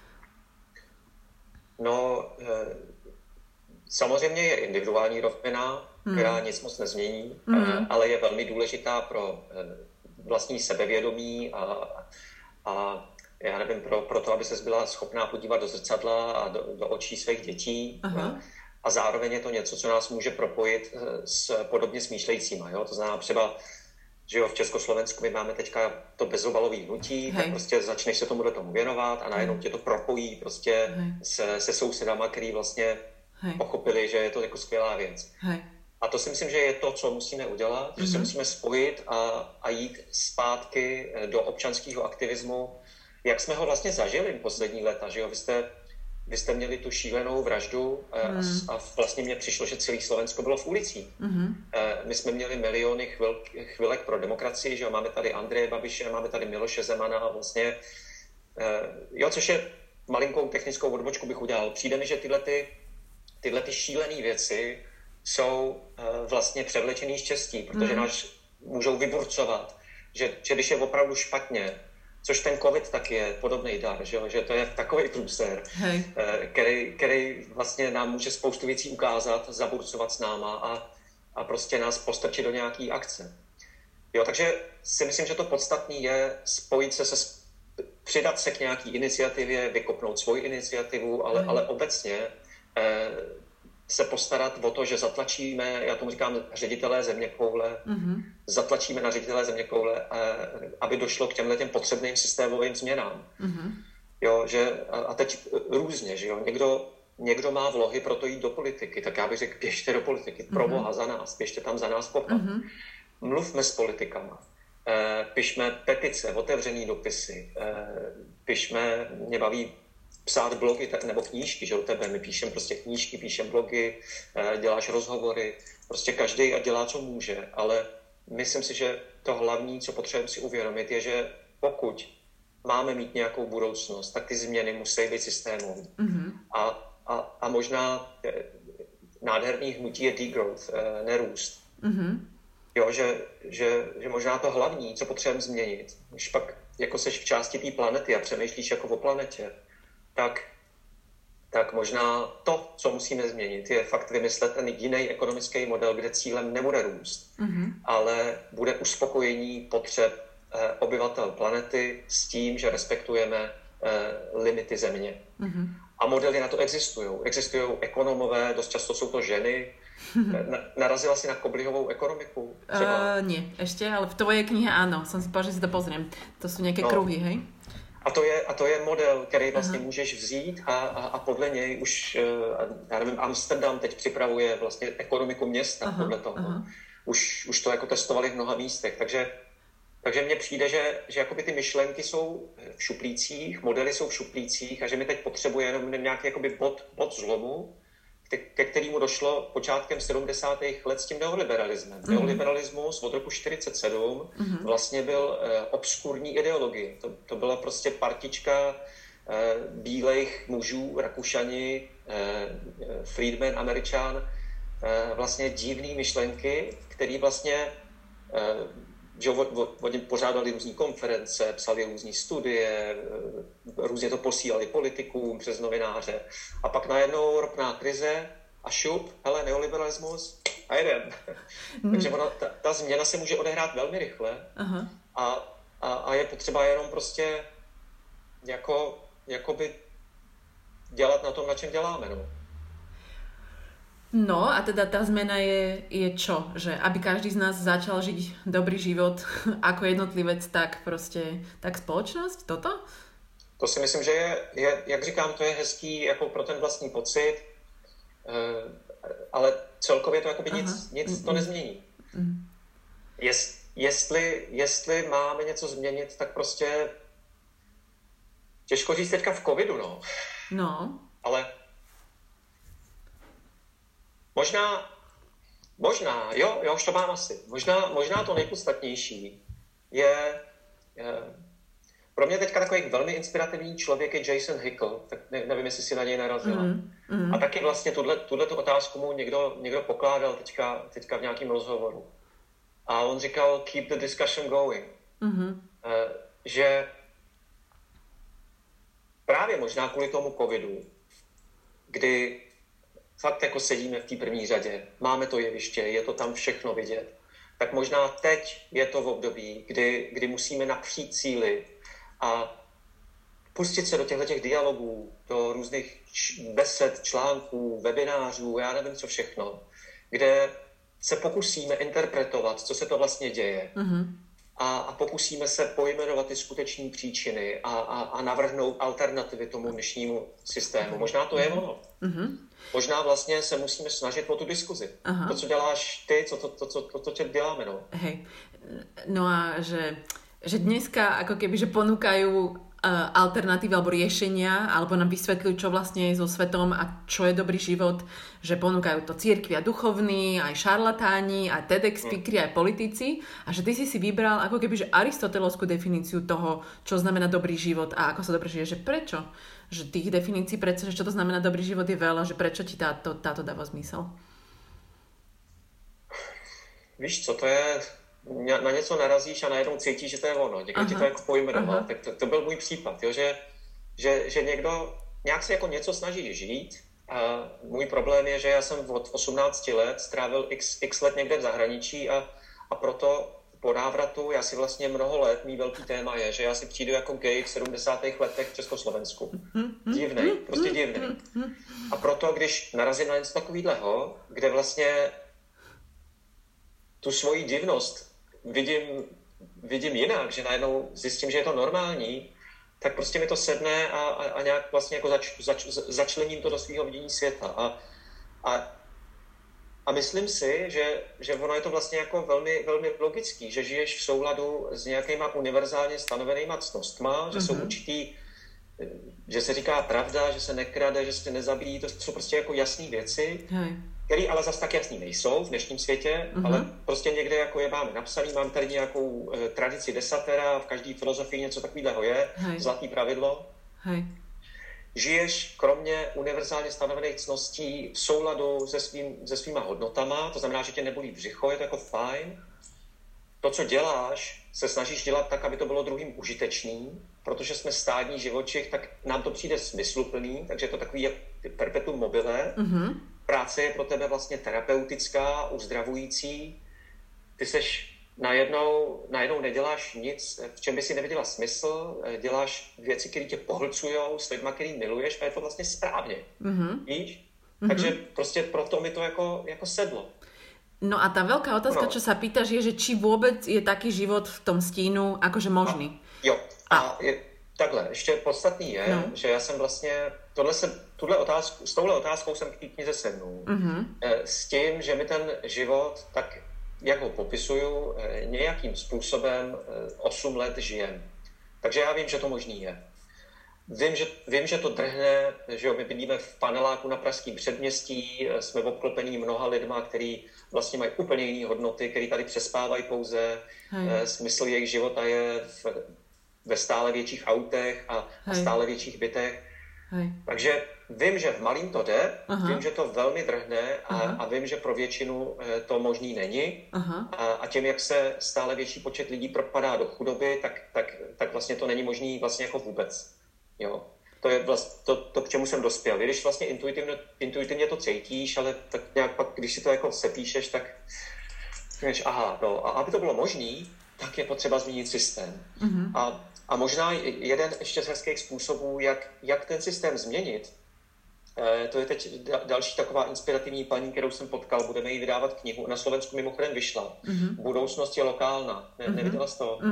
No, samozřejmě je individuální rovina, která nic moc nezmění, ale je velmi důležitá pro vlastní sebevědomí a já nevím, pro to, aby se byla schopná podívat do zrcadla a do očí svých dětí. A zároveň je to něco, co nás může propojit s podobně smýšlejícíma. Jo? To znamená třeba, že jo, v Československu my máme teďka to bezobalové hnutí, tak prostě začneš se tomu věnovat a najednou tě to propojí prostě se sousedama, který vlastně pochopili, že je to jako skvělá věc. A to si myslím, že je to, co musíme udělat, že se musíme spojit a jít zpátky do občanského aktivismu, jak jsme ho vlastně zažili poslední léta, že jo, vy jste měli tu šílenou vraždu a vlastně mně přišlo, že celé Slovensko bylo v ulicích. My jsme měli miliony chvilek pro demokracii, že jo, máme tady Andreje Babiše, máme tady Miloše Zemana a vlastně, jo, což je malinkou technickou odbočku bych udělal. Přijde mi, že tyhle ty šílené věci jsou vlastně převlečený štěstí, protože nás můžou vyburcovat, že když je opravdu špatně, což ten covid taky je podobný dar, že to je takový průser, který vlastně nám může spoustu věcí ukázat, zaburcovat s náma a prostě nás postrčit do nějaký akce. Jo, takže si myslím, že to podstatné je spojit se, přidat se k nějaký iniciativě, vykopnout svoji iniciativu, ale obecně se postarat o to, že zatlačíme, já tomu říkám ředitelé zeměkoule, zatlačíme na ředitelé zeměkoule, aby došlo k těmhletěm potřebným systémovým změnám. Jo, a teď různě, že jo, někdo má vlohy pro to jít do politiky, tak já bych řekl, běžte do politiky, pro Boha za nás, běžte tam za nás kopat. Mluvme s politikama, pišme petice, otevřený dopisy, mě baví psát blogy nebo knížky, že u tebe, my píšem prostě knížky, píšem blogy, děláš rozhovory, prostě každý a dělá, co může, ale myslím si, že to hlavní, co potřebujeme si uvědomit, je, že pokud máme mít nějakou budoucnost, tak ty změny musí být systémové. A možná nádherný hnutí je degrowth, nerůst. Jo, že možná to hlavní, co potřebujeme změnit, když pak jako seš v části té planety a přemýšlíš jako o planetě, tak možná to, co musíme změnit, je fakt vymyslet ten jiný ekonomický model, kde cílem nebude růst, ale bude uspokojení potřeb obyvatel planety s tím, že respektujeme limity země. A modely na to existují. Existují ekonomové, dost často jsou to ženy. Narazila si na Koblihovou ekonomiku? Nie, ešte, ale v tvojej knihe áno. Som si povedal, že si to pozriem. To sú nejaké kruhy, hej? A to je model, který vlastně můžeš vzít a podle něj už, já nevím, Amsterdam teď připravuje vlastně ekonomiku města podle toho. Už to jako testovali v mnoha místech, takže mně přijde, že jakoby ty myšlenky jsou v šuplících, modely jsou v šuplících a že my teď potřebujeme jenom nějaký jakoby bod zlomu, ke kterému došlo počátkem 70. let s tím neoliberalismem. Neoliberalismus od roku 1947 vlastně byl obskurní ideologie. To byla prostě partička bílejch mužů, Rakušani, Friedman, Američan, vlastně divný myšlenky, který vlastně že oni pořádali různý konference, psali různý studie, různě to posílali politikům přes novináře. A pak najednou ropná krize a šup, hele, neoliberalismus a jedem. Takže ta změna se může odehrát velmi rychle a je potřeba jenom prostě jakoby dělat na tom, na čem děláme, no. No a teda tá zmena je čo? Že aby každý z nás začal žiť dobrý život ako jednotlivec, tak proste, tak spoločnosť? Toto? To si myslím, že je jak říkám, to je hezký jako pro ten vlastní pocit, ale celkově to jakoby nic to nezmění. Jestli máme něco změnit, tak prostě těžko říct teďka v covidu, no. No. Ale možná, jo, už to mám asi. Možná to nejpodstatnější je pro mě teďka takový velmi inspirativní člověk je Jason Hickel, tak nevím, jestli si na něj narazila. A taky vlastně tuhletu otázku mu někdo pokládal teďka v nějakém rozhovoru. A on říkal keep the discussion going. Že právě možná kvůli tomu covidu, kdy fakt jako sedíme v té první řadě, máme to jeviště, je to tam všechno vidět, tak možná teď je to v období, kdy musíme napřít síly pustit se do těchto dialogů, do různých besed, článků, webinářů, já nevím co všechno, kde se pokusíme interpretovat, co se to vlastně děje. A pokusíme se pojmenovat ty skutečné příčiny a navrhnout alternativy tomu dnešnímu systému. Možná to je ono. Možná vlastně se musíme snažit o tu diskuzi. To, co děláš ty, to co děláme. No. Hej. No a že dneska ako keby, že ponúkajú alternatívy alebo riešenia, alebo nám vysvetľujú, čo vlastne je so svetom a čo je dobrý život, že ponúkajú to cirkvi a duchovní, aj šarlatáni, aj TEDx speakery, aj politici, a že ty si vybral ako keby, že aristotelovskú definíciu toho, čo znamená dobrý život a ako sa dobre žije, že prečo? Že tých definícií, že čo to znamená dobrý život je veľa, že prečo ti táto dáva zmysel? Víš co, to je... Na něco narazíš a najednou cítíš, že to je ono. Někdo ti to jako pojmenoval. Tak to byl můj případ, jo? Že někdo nějak se jako něco snaží žít. A můj problém je, že já jsem od 18 let strávil x let někde v zahraničí a proto po návratu, já si vlastně mnoho let, mý velký téma je, že já si přijdu jako gay v 70. letech v Československu. Divnej, prostě divnej. A proto, když narazím na něco takového, kde vlastně tu svoji divnost vidím jinak, že najednou zjistím, že je to normální, tak prostě mi to sedne a nějak vlastně jako začlením to do svého vidění světa. A myslím si, že ono je to vlastně jako velmi, velmi logický, že žiješ v souladu s nějakýma univerzálně stanovenýma ctnostma, že jsou určitý, že se říká pravda, že se nekrade, že se nezabíjí, to jsou prostě jako jasné věci. Který ale zase tak jasný nejsou v dnešním světě, ale prostě někde jako je máme napsaný, mám tady nějakou tradici desatera, v každé filozofii něco takového je, zlatý pravidlo. Žiješ kromě univerzálně stanovených ctností v souladu se svýma hodnotama, to znamená, že tě nebolí břicho, je to jako fajn. To, co děláš, se snažíš dělat tak, aby to bylo druhým užitečný, protože jsme stádní živočich, tak nám to přijde smysluplný, takže je to takový perpetuum mobile. Práce je pro tebe vlastně terapeutická, uzdravující. Ty seš najednou neděláš nic, v čem by si neviděla smysl, děláš věci, které tě pohlcujou s lidma, který miluješ a je to vlastně správně. Víš? Takže prostě proto mi to jako sedlo. No a tá veľká otázka, čo sa pýtaš, je, že či vôbec je taký život v tom stínu akože možný. Jo. Takhle, ještě podstatný je, že já jsem vlastně s touhle otázkou jsem k té knize sednul. S tím, že mi ten život, tak jak ho popisuju, nějakým způsobem 8 let žijem. Takže já vím, že to možný je. Vím, že to drhne, že my bydlíme v paneláku na pražském předměstí, jsme obklopení mnoha lidma, který vlastně mají úplně jiné hodnoty, který tady přespávají pouze. Smysl jejich života je ve stále větších autech a stále větších bytech. Takže vím, že v malým to jde, vím, že to velmi drhne a vím, že pro většinu to možný není. A tím, jak se stále větší počet lidí propadá do chudoby, tak vlastně to není možný vlastně jako vůbec. Jo. To je vlastně to, k čemu jsem dospěl. Když vlastně intuitivně to cítíš, ale tak nějak pak, když si to jako sepíšeš, tak říkáš, aha, no, a aby to bylo možný, tak je potřeba změnit systém. A možná jeden ještě z hezkých způsobů, jak ten systém změnit, to je teď další taková inspirativní paní, kterou jsem potkal, budeme jí vydávat knihu, na Slovensku mimochodem vyšla. Budoucnost je lokálna. Neviděla jsi to?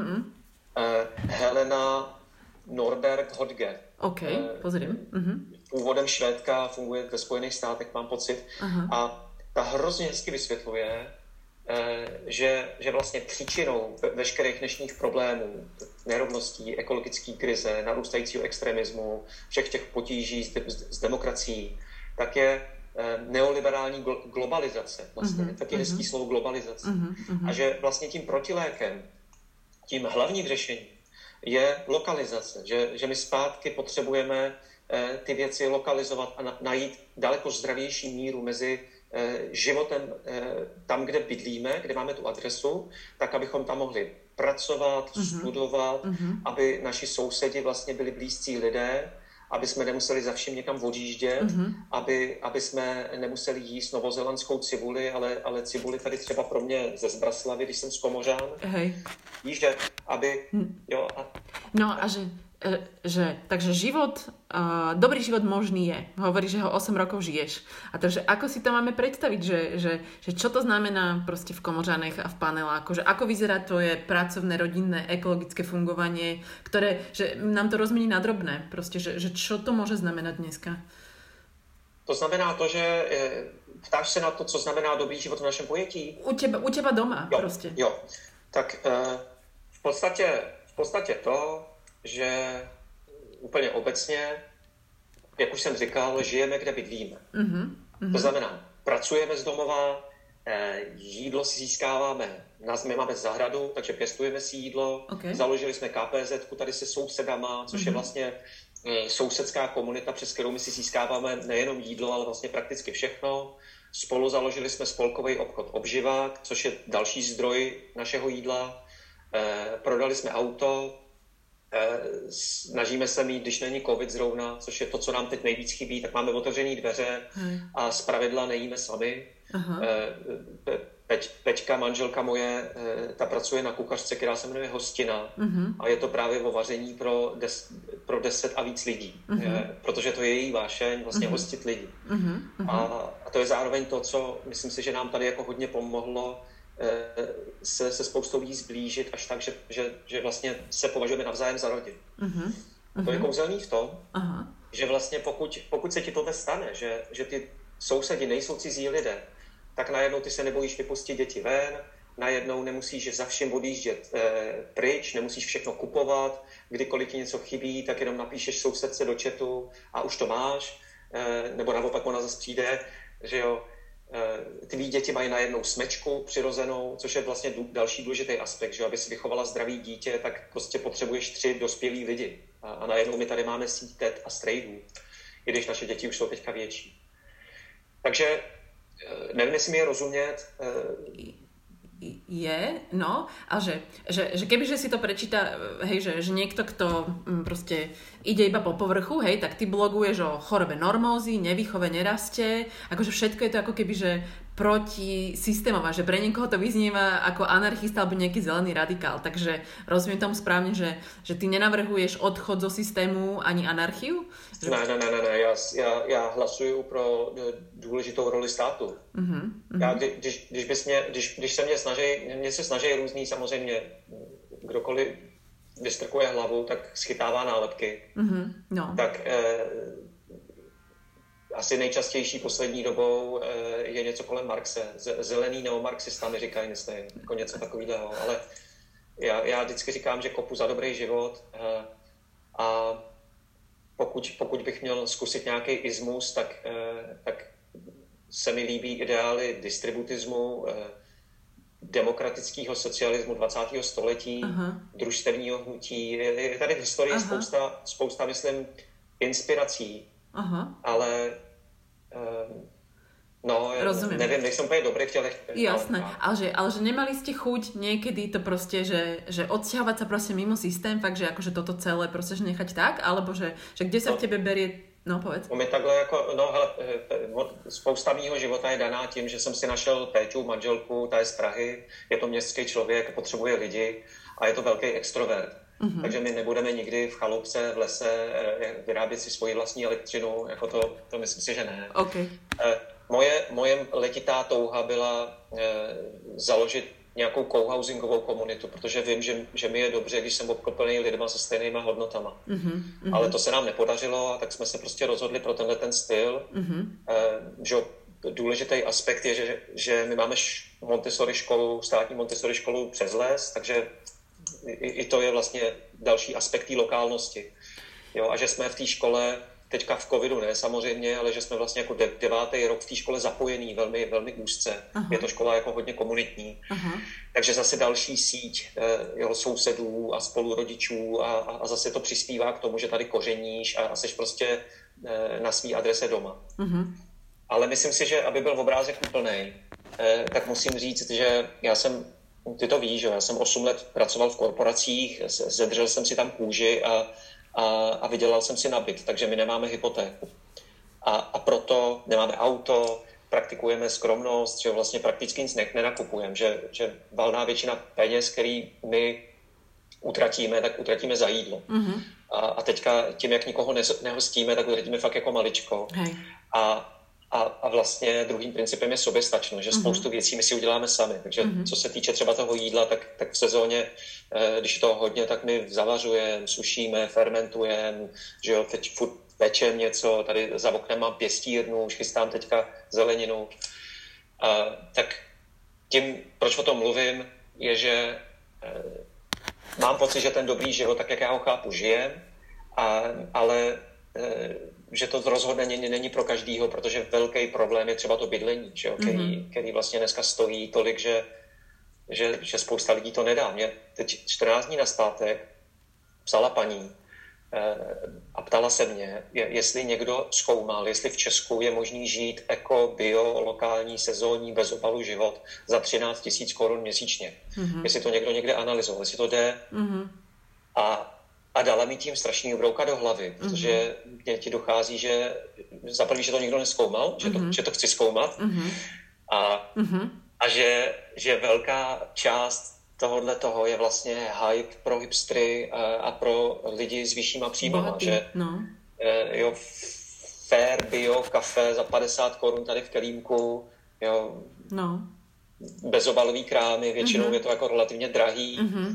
Helena Norberg Hodge. OK, pozriem. Původem Švédka, funguje ve Spojených státech, mám pocit. A ta hrozně hezky vysvětluje, že vlastně příčinou veškerých dnešních problémů, nerovností, ekologické krize, narůstajícího extremismu, všech těch potíží s demokracií, tak je neoliberální globalizace. Vlastně. Taky hezký slovo globalizace. A že vlastně tím protilékem, tím hlavním řešením je lokalizace. Že my zpátky potřebujeme ty věci lokalizovat a najít daleko zdravější míru mezi životem tam, kde bydlíme, kde máme tu adresu, tak abychom tam mohli pracovat, studovat, aby naši sousedi vlastně byli blízcí lidé, aby jsme nemuseli za vším někam odjíždět, aby jsme nemuseli jíst novozelandskou cibuli, ale cibuli tady třeba pro mě ze Zbraslavy, když jsem z Komořán. Víš, že aby... Jo, No a že takže dobrý život možný je. Hovorí, že ho 8 rokov žiješ. A takže ako si to máme predstaviť, že čo to znamená proste v Komořanech a v paneláku, že ako vyzerá tvoje pracovné, rodinné, ekologické fungovanie, ktoré, že nám to rozmení na drobné, proste, že čo to môže znamenať dneska? To znamená to, že ptáš se na to, co znamená dobrý život v našem pojetí? U teba doma, prostě. Jo, tak v podstatě to, že úplně obecně, jak už jsem říkal, žijeme, kde bydlíme. To znamená, pracujeme z domova, jídlo si získáváme, my máme zahradu, takže pěstujeme si jídlo, založili jsme KPZ tady se sousedama, což je vlastně sousedská komunita, přes kterou my si získáváme nejenom jídlo, ale vlastně prakticky všechno. Spolu založili jsme spolkový obchod Obživák, což je další zdroj našeho jídla. Prodali jsme auto, snažíme se mít, když není covid zrovna, což je to, co nám teď nejvíc chybí, tak máme otevřené dveře a zpravidla nejíme sami. Peťka, manželka moje, ta pracuje na kuchařce, která se jmenuje Hostina a je to právě o vaření pro 10 a víc lidí, protože to je její vášeň, vlastně hostit lidi. A to je zároveň to, co myslím si, že nám tady jako hodně pomohlo se spoustou lidí zblížit až tak, že vlastně se považujeme navzájem za rodinu. A to je kouzelný v tom, že vlastně pokud se ti tohle stane, že ty sousedi nejsou cizí lidé, tak najednou ty se nebojíš vypustit děti ven, najednou nemusíš za všem odjíždět pryč, nemusíš všechno kupovat, kdykoliv ti něco chybí, tak jenom napíšeš sousedce do chatu a už to máš, nebo naopak ona zase přijde, že jo, ty děti mají najednou smečku přirozenou, což je vlastně další důležitý aspekt, že aby si vychovala zdravý dítě, tak prostě potřebuješ 3 dospělí lidi. A najednou my tady máme síť tet a strejdů, i když naše děti už jsou teďka větší. Takže neviem, jestli mi je rozumět. Je, no, a že kebyže si to prečíta, hej, že niekto, kto proste ide iba po povrchu, hej, tak ty bloguješ o chorobe normózy, nevýchove, neraste, akože všetko je to ako keby, že proti systémom a že pre niekoho to vyznieva ako anarchista alebo nejaký zelený radikál. Takže rozumiem tomu správne, že ty nenavrhuješ odchod zo systému ani anarchiu? Ne, já hlasuju pro důležitou roli státu. Já, když se mě se snaží různý, samozřejmě kdokoliv vystrkuje hlavu, tak schytává nálepky. No. Tak asi nejčastější poslední dobou je něco kolem Marxe. Zelený neomarxista mi říkají, myslím, jako něco takového. Ale já vždycky říkám, že kopu za dobrý život a pokud bych měl zkusit nějaký ismus, tak se mi líbí ideály distributismu, demokratického socialismu 20. století, družstevního hnutí. Je tady v historii spousta, myslím, inspirací, ale no, neviem, nejsem úplne dobrý v těle. Jasné, ale že nemali ste chuť niekedy to proste, že odsťahovať sa proste mimo systém, fakt, že akože toto celé proste nechať tak, alebo že kde sa v tebe berie, no povedz. My takhle jako, hele, spousta mýho života je daná tím, že jsem si našel Péťu, manželku, ta je z Prahy, je to městský člověk, potřebuje lidi a je to velký extrovert. Takže my nebudeme nikdy v chalupce, v lese vyrábět si svoji vlastní elektřinu, jako to myslím si, že ne. Okay. Moje letitá touha byla založit nějakou co-housingovou komunitu, protože vím, že mi je dobře, když jsem obklopený lidma se stejnýma hodnotama. Ale to se nám nepodařilo a tak jsme se prostě rozhodli pro tenhle ten styl. Že důležitý aspekt je, že my máme Montessori školu, státní Montessori školu přes les, takže i to je vlastně další aspekt té lokálnosti. Jo, a že jsme v té škole, teďka v covidu ne samozřejmě, ale že jsme vlastně jako 9. rok v té škole zapojení velmi, velmi úzce. Je to škola jako hodně komunitní. Takže zase další síť sousedů a spolurodičů a zase to přispívá k tomu, že tady kořeníš a seš prostě na svý adrese doma. Ale myslím si, že aby byl obrázek úplnej, tak musím říct, že ty to víš, že já jsem 8 let pracoval v korporacích, zedřel jsem si tam kůži a vydělal jsem si na byt, takže my nemáme hypotéku. A proto nemáme auto, praktikujeme skromnost, že vlastně prakticky nic nenakupujeme, že valná většina peněz, který my utratíme, tak utratíme za jídlo. A teďka tím, jak nikoho nehostíme, tak utratíme fakt jako maličko. Hej. A vlastně druhým principem je soběstačnost, že spoustu věcí my si uděláme sami. Takže co se týče třeba toho jídla, tak v sezóně, když je toho hodně, tak my zavařujeme, sušíme, fermentujeme, že jo, teď furt pečem něco, tady za oknem mám pěstírnu, už chystám teďka zeleninu. Tak tím, proč o tom mluvím, je, že mám pocit, že ten dobrý život, tak jak já ho chápu, žijem, ale že to rozhodně není pro každýho, protože velký problém je třeba to bydlení, že jo, který vlastně dneska stojí tolik, že spousta lidí to nedá. Mě teď 14 dní nazpátek psala paní a ptala se mě, jestli někdo zkoumal, jestli v Česku je možný žít eko, bio, lokální, sezónní, bez obalu život za 13 000 korun měsíčně. Jestli to někdo někde analyzoval, jestli to jde. A dala mi tím strašný brouka do hlavy, protože mě ti dochází, že za první, že to nikdo nezkoumal, že to chci zkoumat a že velká část tohodle toho je vlastně hype pro hipstry a pro lidi s vyššíma příjmama, že jo, fair bio kafe za 50 korun tady v kelímku, jo, bezobalový krámy, většinou je to jako relativně drahý,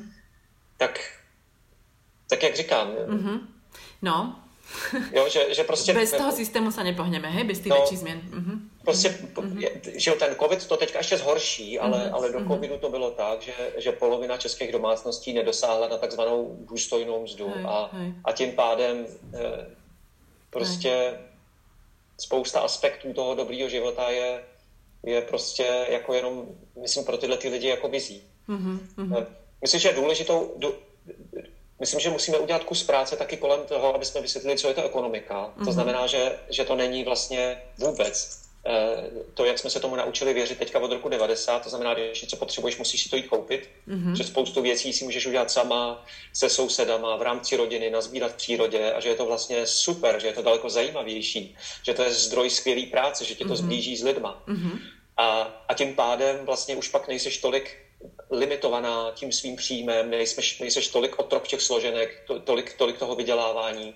tak jak říkám. No. Jo, že prostě... Bez toho systému sa nepohneme, hej? Bez tých väčších zmien. Prostě, že ten covid to teďka ještě zhorší, ale do covidu to bylo tak, že polovina českých domácností nedosáhla na takzvanou důstojnou mzdu. A tím pádem prostě spousta aspektů toho dobrýho života je prostě jako jenom, myslím, pro tyhle ty lidi jako vizí. Myslím, že je myslím, že musíme udělat kus práce taky kolem toho, aby jsme vysvětlili, co je to ekonomika. To znamená, že to není vlastně vůbec to, jak jsme se tomu naučili věřit teďka od roku 90. To znamená, že když něco potřebuješ, musíš si to jít koupit. Že spoustu věcí si můžeš udělat sama, se sousedama, v rámci rodiny, nazbírat v přírodě a že je to vlastně super, že je to daleko zajímavější, že to je zdroj skvělý práce, že tě to zblíží s lidma. A tím pádem vlastně už pak nejseš tolik limitovaná tím svým příjmem, nejseš tolik otrok těch složenek, tolik toho vydělávání.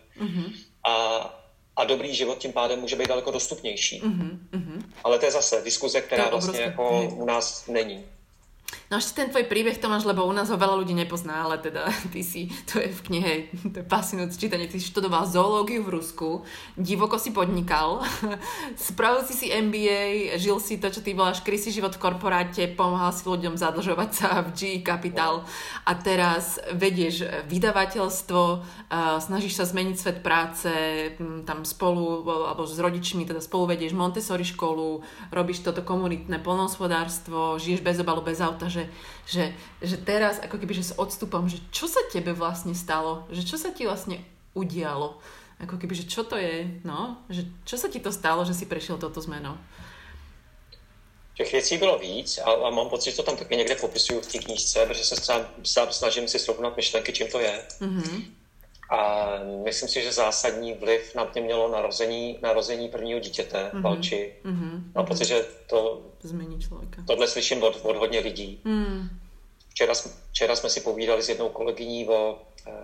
A dobrý život tím pádem může být daleko dostupnější. Ale to je zase diskuze, která vlastně jako u nás není. No ešte ten tvoj príbeh, Tomáš, lebo u nás ho veľa ľudí nepozná, ale teda ty si, to je v knihe, to je fascinujúce čítanie, ty si študoval zoológiu v Rusku, divoko si podnikal, spravil si MBA, žil si to, čo ty voláš krysý život v korporáte, pomáhal si ľuďom zadlžovať sa v GE Capital a teraz vedieš vydavateľstvo, snažíš sa zmeniť svet práce, tam spolu, alebo s rodičmi, teda spolu vedieš Montessori školu, robíš toto komunitné poľnohospodárstvo, žiješ bez obalu, bez auta, že teraz ako keby, že s odstupom, že čo sa tebe vlastne stalo, že čo sa ti vlastne udialo, ako keby, že čo to je, no, že čo sa ti to stalo, že si prešiel touto zmenou? Těch věcí bylo víc a mám pocit, že to tam taky někde popisuju v té knížce, protože se sám snažím si srovnat myšlenky, čím to je. A myslím si, že zásadní vliv na mě mělo narození prvního dítěte, Valči. Mám pocit, že změní člověka. Tohle slyším od hodně lidí. Včera jsme si povídali s jednou kolegyní o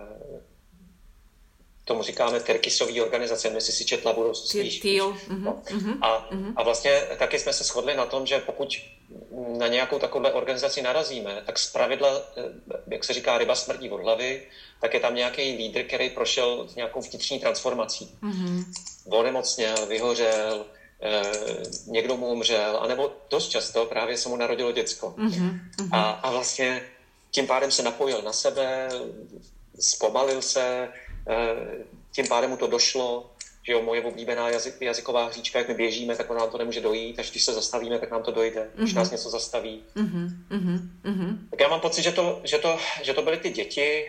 tomu říkáme Terkisový organizace, jestli si četla, budou slyšet. A vlastně taky jsme se shodli na tom, že pokud na nějakou takovou organizaci narazíme, tak zpravidla, jak se říká, ryba smrdí od hlavy, tak je tam nějaký lídr, který prošel nějakou vnitřní transformací. Onemocněl, vyhořel, někdo mu umřel, anebo dost často právě se mu narodilo děcko. A vlastně tím pádem se napojil na sebe, zpomalil se, tím pádem mu to došlo, že jo, moje oblíbená jazyková hříčka, jak my běžíme, tak nám to nemůže dojít, až když se zastavíme, tak nám to dojde, když nás něco zastaví. Tak já mám pocit, že to byly ty děti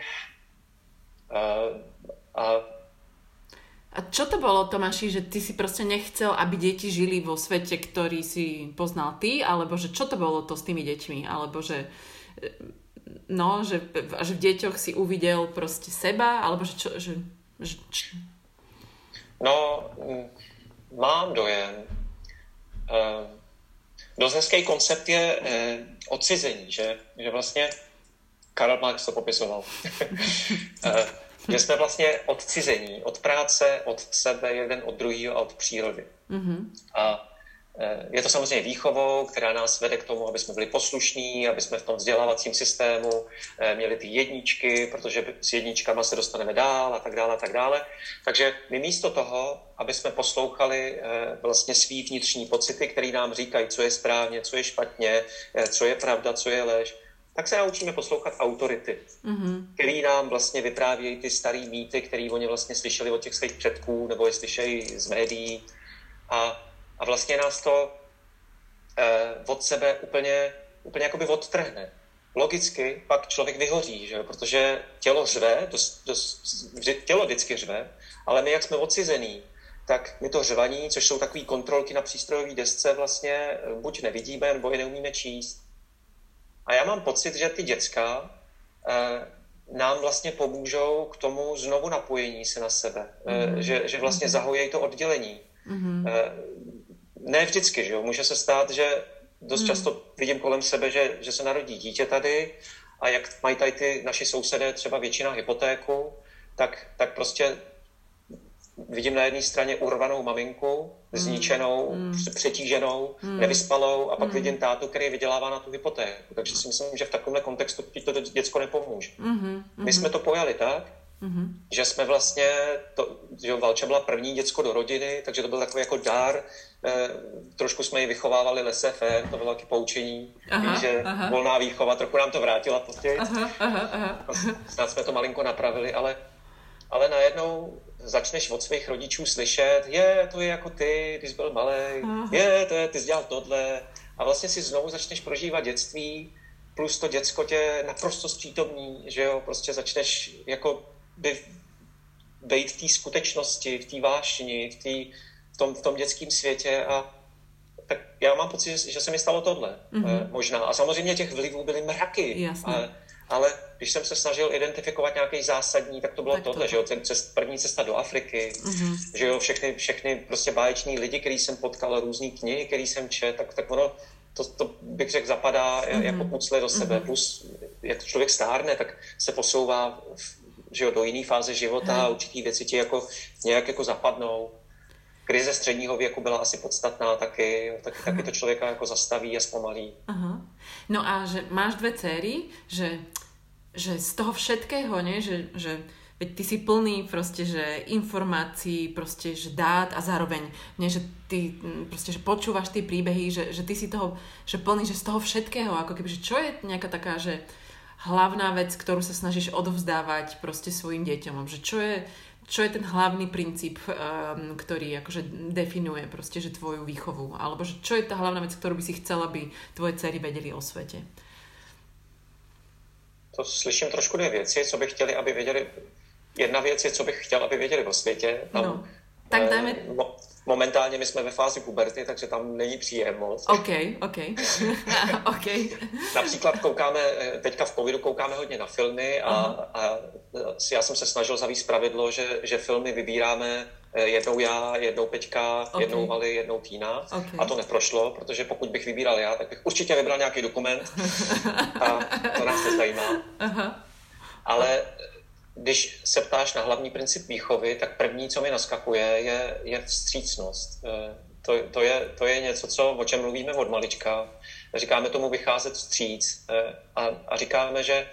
A čo to bolo, Tomáši, že ty si proste nechcel, aby deti žili vo svete, ktorý si poznal ty, alebo že čo to bolo to s tými deťmi, alebo že no, že v deťoch si uvidel proste seba, alebo že čo? No, mám dojem. Dost hezký koncept je odcizení, že vlastně Karel Marx to popisoval. Že jsme vlastně odcizení od práce, od sebe, jeden od druhého a od přírody. A je to samozřejmě výchovou, která nás vede k tomu, aby jsme byli poslušní, aby jsme v tom vzdělávacím systému měli ty jedničky, protože s jedničkama se dostaneme dál a tak dále a tak dále. Takže my místo toho, aby jsme poslouchali vlastně svý vnitřní pocity, které nám říkají, co je správně, co je špatně, co je pravda, co je lež, tak se naučíme poslouchat autority, který nám vlastně vyprávějí ty starý mýty, který oni vlastně slyšeli od těch svých předků, nebo je slyšejí z médií. A vlastně nás to od sebe úplně jakoby odtrhne. Logicky pak člověk vyhoří, že? Protože tělo řve, tělo vždycky řve, ale my, jak jsme odcizený, tak my to řvaní, což jsou takové kontrolky na přístrojové desce, vlastně buď nevidíme, nebo je neumíme číst. A já mám pocit, že ty děcka nám vlastně pomůžou k tomu znovu napojení se na sebe. Že vlastně zahojí to oddělení. Ne vždycky, že jo? Může se stát, že dost často vidím kolem sebe, že se narodí dítě tady a jak mají tady ty naši sousedé třeba většina hypotéku, tak prostě vidím na jedné straně urvanou maminku, zničenou, přetíženou, nevyspalou a pak vidím tátu, který vydělává na tu hypotéku. Takže si myslím, že v takovémhle kontextu ti to děcko nepomůže. My jsme to pojali tak, že jsme vlastně, že Valča byla první děcko do rodiny, takže to byl takový jako dár. Trošku jsme ji vychovávali laissez-faire, to bylo taky poučení, že volná výchova, trochu nám to vrátila později. Snad jsme to malinko napravili, ale najednou začneš od svých rodičů slyšet, to je jako ty, když jsi byl malej, ty jsi dělal tohle. A vlastně si znovu začneš prožívat dětství, plus to děcko tě naprosto zpřítomní, že jo, prostě začneš jako být v té skutečnosti, v té vášni, v tom dětském světě a tak já mám pocit, že se mi stalo tohle, možná. A samozřejmě těch vlivů byly mraky, ale když jsem se snažil identifikovat nějaký zásadní, tak to bylo tohle, že jo, první cesta do Afriky, že jo, všechny prostě báječní lidi, který jsem potkal, různý knihy, který jsem četl, tak ono, to bych řekl, zapadá jako pucle do sebe, plus jak člověk stárne, tak se posouvá že jo, do jiné fáze života a určitý věci ti jako nějak jako zapadnou. Krize středního věku byla asi podstatná taky to člověka jako zastaví a zpomalí. No a že máš dve dcery, že z toho všetkého, ne, že veď ty si plný proste, že informácií, proste, že dát a zároveň, ne, že ty proste, že počúvaš tie príbehy, že ty si toho, že plný, že z toho všetkého, ako keby, že čo je nejaká taká, že hlavná vec, ktorú sa snažíš odovzdávať proste svojim deťom, že čo je ten hlavný princíp, ktorý akože definuje proste, že tvoju výchovu, alebo že čo je tá hlavná vec, ktorú by si chcela, aby tvoje dcery vedeli o svete? To slyším trošku dvě věci, co bych chtěli, aby věděli. Jedna věc je, co bych chtěl, aby věděli o světě. Tam, tak dáme... Momentálně my jsme ve fázi puberty, takže tam není příjem moc. OK. Například teďka v covidu koukáme hodně na filmy a já jsem se snažil zavést pravidlo, že filmy vybíráme jednou já, jednou Peťka, jednou Vali, jednou Týna. A to neprošlo, protože pokud bych vybíral já, tak bych určitě vybral nějaký dokument a to nás nezajímá. Ale když se ptáš na hlavní princip výchovy, tak první, co mi naskakuje, je vstřícnost. To je něco, o čem mluvíme od malička. Říkáme tomu vycházet vstříc a říkáme, že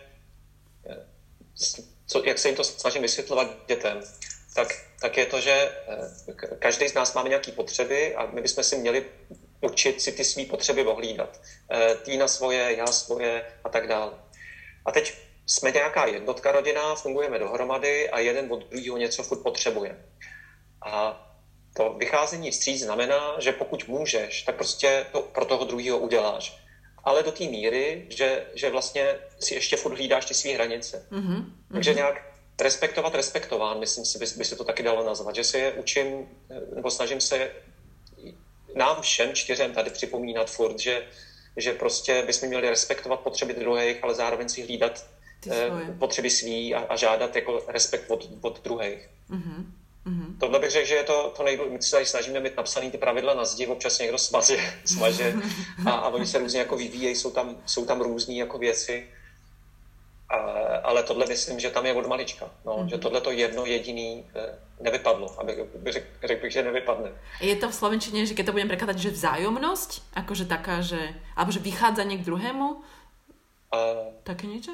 jak se jim to snažím vysvětlovat dětem, tak je to, že každý z nás máme nějaké potřeby a my bychom si měli učit si ty svý potřeby ohlídat. Týna svoje, já svoje a tak dále. A teď jsme nějaká jednotka rodina, fungujeme dohromady a jeden od druhého něco furt potřebuje. A to vycházení vstříc znamená, že pokud můžeš, tak prostě to pro toho druhého uděláš. Ale do té míry, že vlastně si ještě furt hlídáš ty svý hranice. Takže nějak respektovat respektován, myslím si, by se to taky dalo nazvat, že se je učím, nebo snažím se nám všem 4 tady připomínat furt, že prostě bychom měli respektovat potřeby druhých, ale zároveň si hlídat potřeby svý a žádat jako respekt od druhých. Tohle bych řekl, že je to nejdůležitější. My se tady snažíme mít napsaný ty pravidla na zdi, občas někdo smaže a oni se různě jako vyvíjejí, jsou tam různý jako věci. Ale tohle myslím, že tam je od malička. No, že tohle to jedno jediný nevypadlo. Řekl bych, že nevypadne. Je to v slovenčine, že keď to budem prekladať, že vzájomnosť? Akože taká, že... Alebo že vychádzanie k druhému? Také niečo?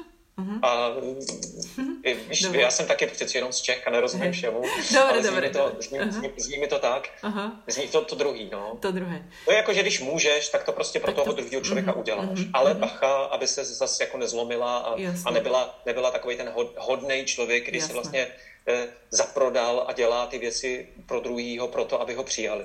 Víš, já jsem taky přeci jenom z Čech a nerozumím všemu. Zní mi to tak. Zní to druhý, no. To druhé. To je jako, že když můžeš, tak to prostě pro toho druhého člověka uděláš. Ale bacha, aby se zase jako nezlomila a nebyla takový ten hodnej člověk, který se vlastně zaprodal a dělá ty věci pro druhýho proto, aby ho přijali.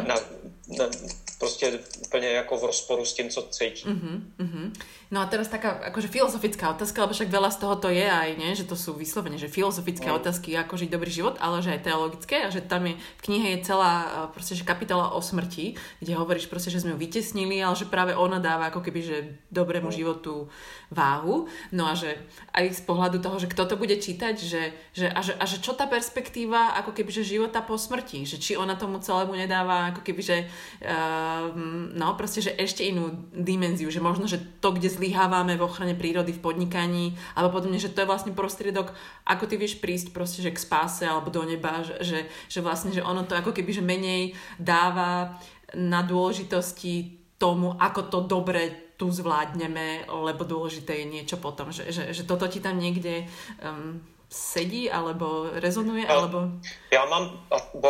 Prostě úplně jako v rozporu s tím, co cítí. No a teraz taká akože filozofická otázka, lebo však veľa z toho to je aj, nie? Že to sú vyslovene, že filozofické otázky, ako žiť dobrý život, ale že aj teologické a že tam je, v knihe je celá proste, že kapitola o smrti, kde hovoríš proste, že sme ju vytesnili, ale že práve ona dáva ako keby, že dobrému životu váhu. No a že aj z pohľadu toho, že kto to bude čítať, že čo tá perspektíva ako keby, že života po smrti, že či ona tomu celému nedáva ako keby, že no proste, že ešte inú dimenziu, že možno, že to, kde zlyhávame v ochrane prírody, v podnikaní, alebo podobne, že to je vlastne prostriedok, ako ty vieš prísť proste, že k spáse alebo do neba, že vlastne, že ono to ako keby, že menej dáva na dôležitosti tomu, ako to dobre tu zvládneme, lebo dôležité je niečo potom, že toto ti tam niekde sedí, alebo rezonuje, alebo... Já mám,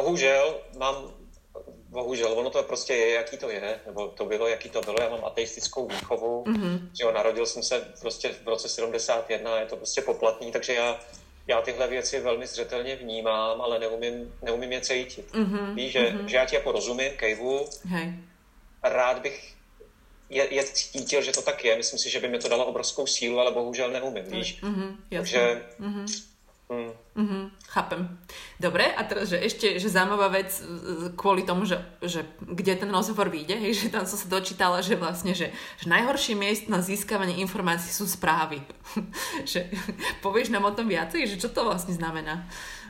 bohužel, ono to prostě je, jaký to je, nebo to bylo, jaký to bylo, já mám ateistickou výchovu, že jo, narodil jsem se prostě v roce 71, je to prostě poplatný, takže já tyhle věci velmi zřetelně vnímám, ale neumím je cítit. Víš, že já ti jako rozumím, kejvu, rád bych je cítil, že to tak je, myslím si, že by mi to dalo obrovskou sílu, ale bohužel neumím, víš. Takže... Chápem. Dobre, a teraz, že ešte, že zaujímavá vec kvôli tomu, že kde ten rozhovor vyjde, hej, že tam som sa dočítala, že vlastne, že najhoršie miest na získavanie informácií sú správy. Že povieš nám o tom viacej, že čo to vlastne znamená?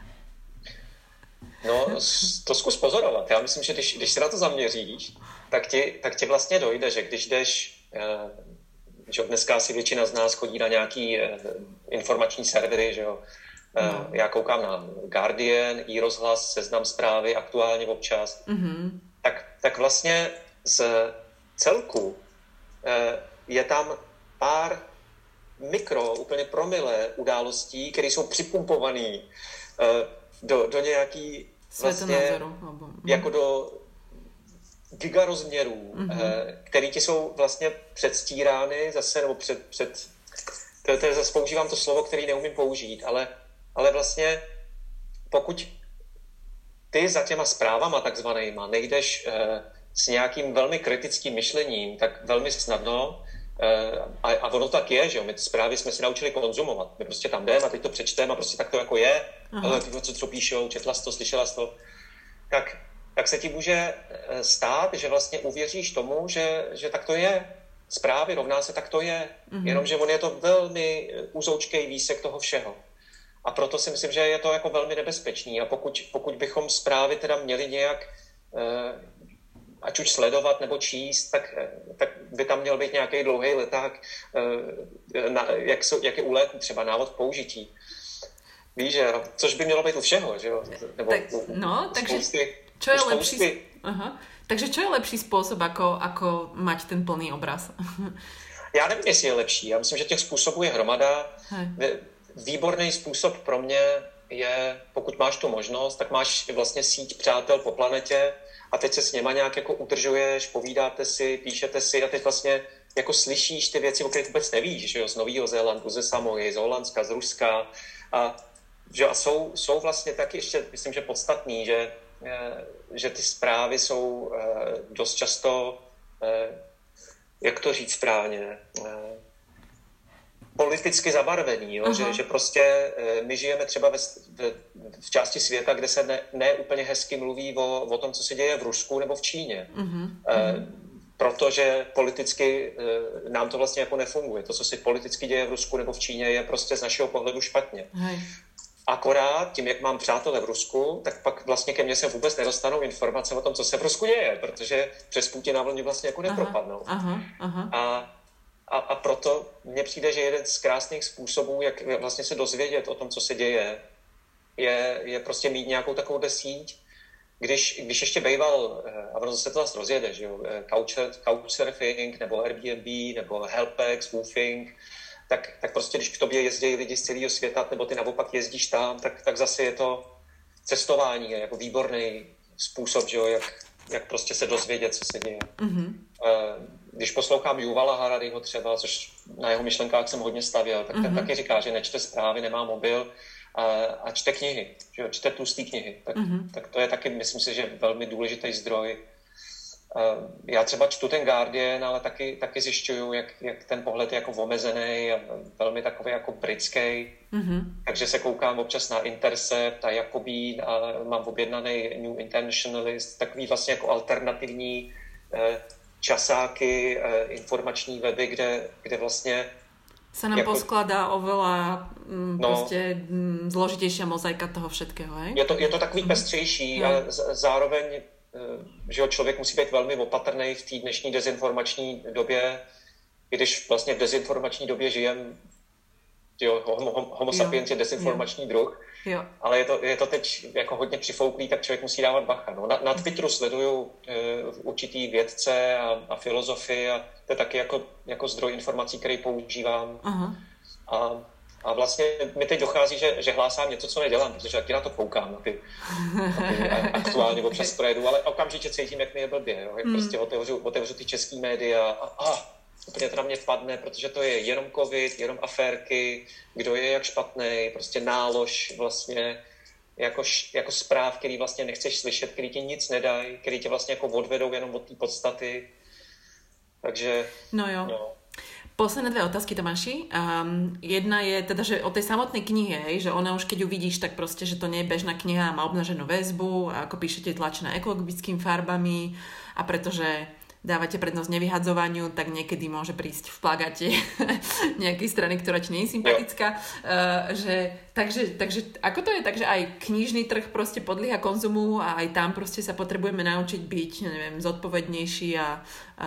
No, to zkus pozorovat. Já myslím, že když se na to zaměříš, tak ti vlastně dojde, že když jdeš, že dneska asi většina z nás chodí na nějaký informační servery, že jo. Já koukám na Guardian, iRozhlas, Seznam Zprávy, Aktuálně občas. Tak vlastně z celku je tam pár úplně promile událostí, které jsou připumpované do nějaký vlastně jako do gigarozměrů, který ti jsou vlastně předstírány zase, nebo zase používám to slovo, který neumím použít, ale vlastně pokud ty za těma zprávama takzvanýma nejdeš s nějakým velmi kritickým myšlením, tak velmi snadno, a ono tak je, že jo, my ty zprávy jsme si naučili konzumovat, my prostě tam jdeme a teď to přečteme a prostě tak to jako je, ale ty co píšou, četla jsi to, slyšela jsi to, tak se ti může stát, že vlastně uvěříš tomu, že tak to je. Zprávy rovná se tak to je, jenomže on je to velmi úzoučkej výsek toho všeho. A proto si myslím, že je to jako velmi nebezpečný. A pokud bychom zprávy teda měli nějak ať už sledovat nebo číst, tak by tam měl být nějaký dlouhý leták, jak je u léku třeba návod k použití. Víš, že? Což by mělo být u všeho, že jo? Nebo čo je lepší? Takže čo je lepší spôsob, ako mať ten plný obraz? Já nevím, jestli je lepší. Já myslím, že těch způsobů je hromada. Výborný způsob pro mě je, pokud máš tu možnost, tak máš vlastně síť přátel po planetě a teď se s něma nějak jako udržuješ, povídáte si, píšete si a teď vlastně jako slyšíš ty věci, o kterých vůbec nevíš, že jo, z Nového Zélandu, ze Samoy, z Holandska, z Ruska a jsou vlastně taky ještě, myslím, že podstatný, že ty zprávy jsou dost často, jak to říct správně, politicky zabarvený, jo? Že prostě my žijeme třeba v části světa, kde se ne úplně hezky mluví o tom, co se děje v Rusku nebo v Číně. Protože politicky nám to vlastně jako nefunguje. To, co se politicky děje v Rusku nebo v Číně, je prostě z našeho pohledu špatně. Akorát tím, jak mám přátelé v Rusku, tak pak vlastně ke mně se vůbec nedostanou informace o tom, co se v Rusku děje, protože přes Putina oni vlastně jako nepropadnou. A proto mně přijde, že jeden z krásných způsobů, jak vlastně se dozvědět o tom, co se děje, je prostě mít nějakou takovou síť. Když ještě bejval, a ono se to zase rozjede, že jo, Couchsurfing, nebo Airbnb, nebo Helpex, Woofing, tak prostě, když k tobě jezdí lidi z celého světa, nebo ty naopak jezdíš tam, tak zase je to cestování, je jako výborný způsob, že jo, jak prostě se dozvědět, co se děje. Mm-hmm. Když poslouchám Yuvala Harariho třeba, což na jeho myšlenkách jsem hodně stavěl, tak ten taky říká, že nečte zprávy, nemá mobil a čte knihy, že jo, čte tlustý knihy. Tak to je taky, myslím si, že velmi důležitý zdroj. Já třeba čtu ten Guardian, ale taky zjišťuju, jak ten pohled je jako omezený a velmi takový jako britský. Takže se koukám občas na Intercept a Jacobin a mám objednaný New Internationalist, takový vlastně jako alternativní časáky, informační weby, kde vlastně sa nám poskladá oveľa prostě zložitejšia mozaika toho všetkého, hej? Je to takový pestřejší, ale zároveň že člověk musí být velmi opatrný v té dnešní dezinformační době, když vlastně v dezinformační době žijem, homo sapiens je dezinformační druh, ale je to teď jako hodně přifouklý, tak člověk musí dávat bacha. No. Na Twitteru sleduju určitý vědce a filozofy a to je taky jako zdroj informací, který používám. A vlastně mi teď dochází, že hlásám něco, co nedělám, protože taky na to koukám, na ty aktuálně občas projedu, ale okamžitě cítím, jak mi je blbě. Jo? Jak prostě otevřu ty český média a úplně to na mě vpadne, protože to je jenom covid, jenom aférky, kdo je jak špatnej, prostě nálož vlastně jako zpráv, který vlastně nechceš slyšet, který ti nic nedají, který tě vlastně jako odvedou jenom od té podstaty. Takže... No. Posledné dve otázky, Tomáši. Jedna je teda, že o tej samotnej knihe, že ona už keď ju vidíš, tak proste, že to nie je bežná kniha, má obnaženú väzbu, a ako píšete, tlačená ekologickými farbami a pretože dávate prednosť nevyhadzovaniu, tak niekedy môže prísť v plagáte nejakej strany, ktorá ti nie je sympatická. Takže ako to je? Takže aj knižný trh proste podlieha konzumu a aj tam proste sa potrebujeme naučiť byť, neviem, zodpovednejší a...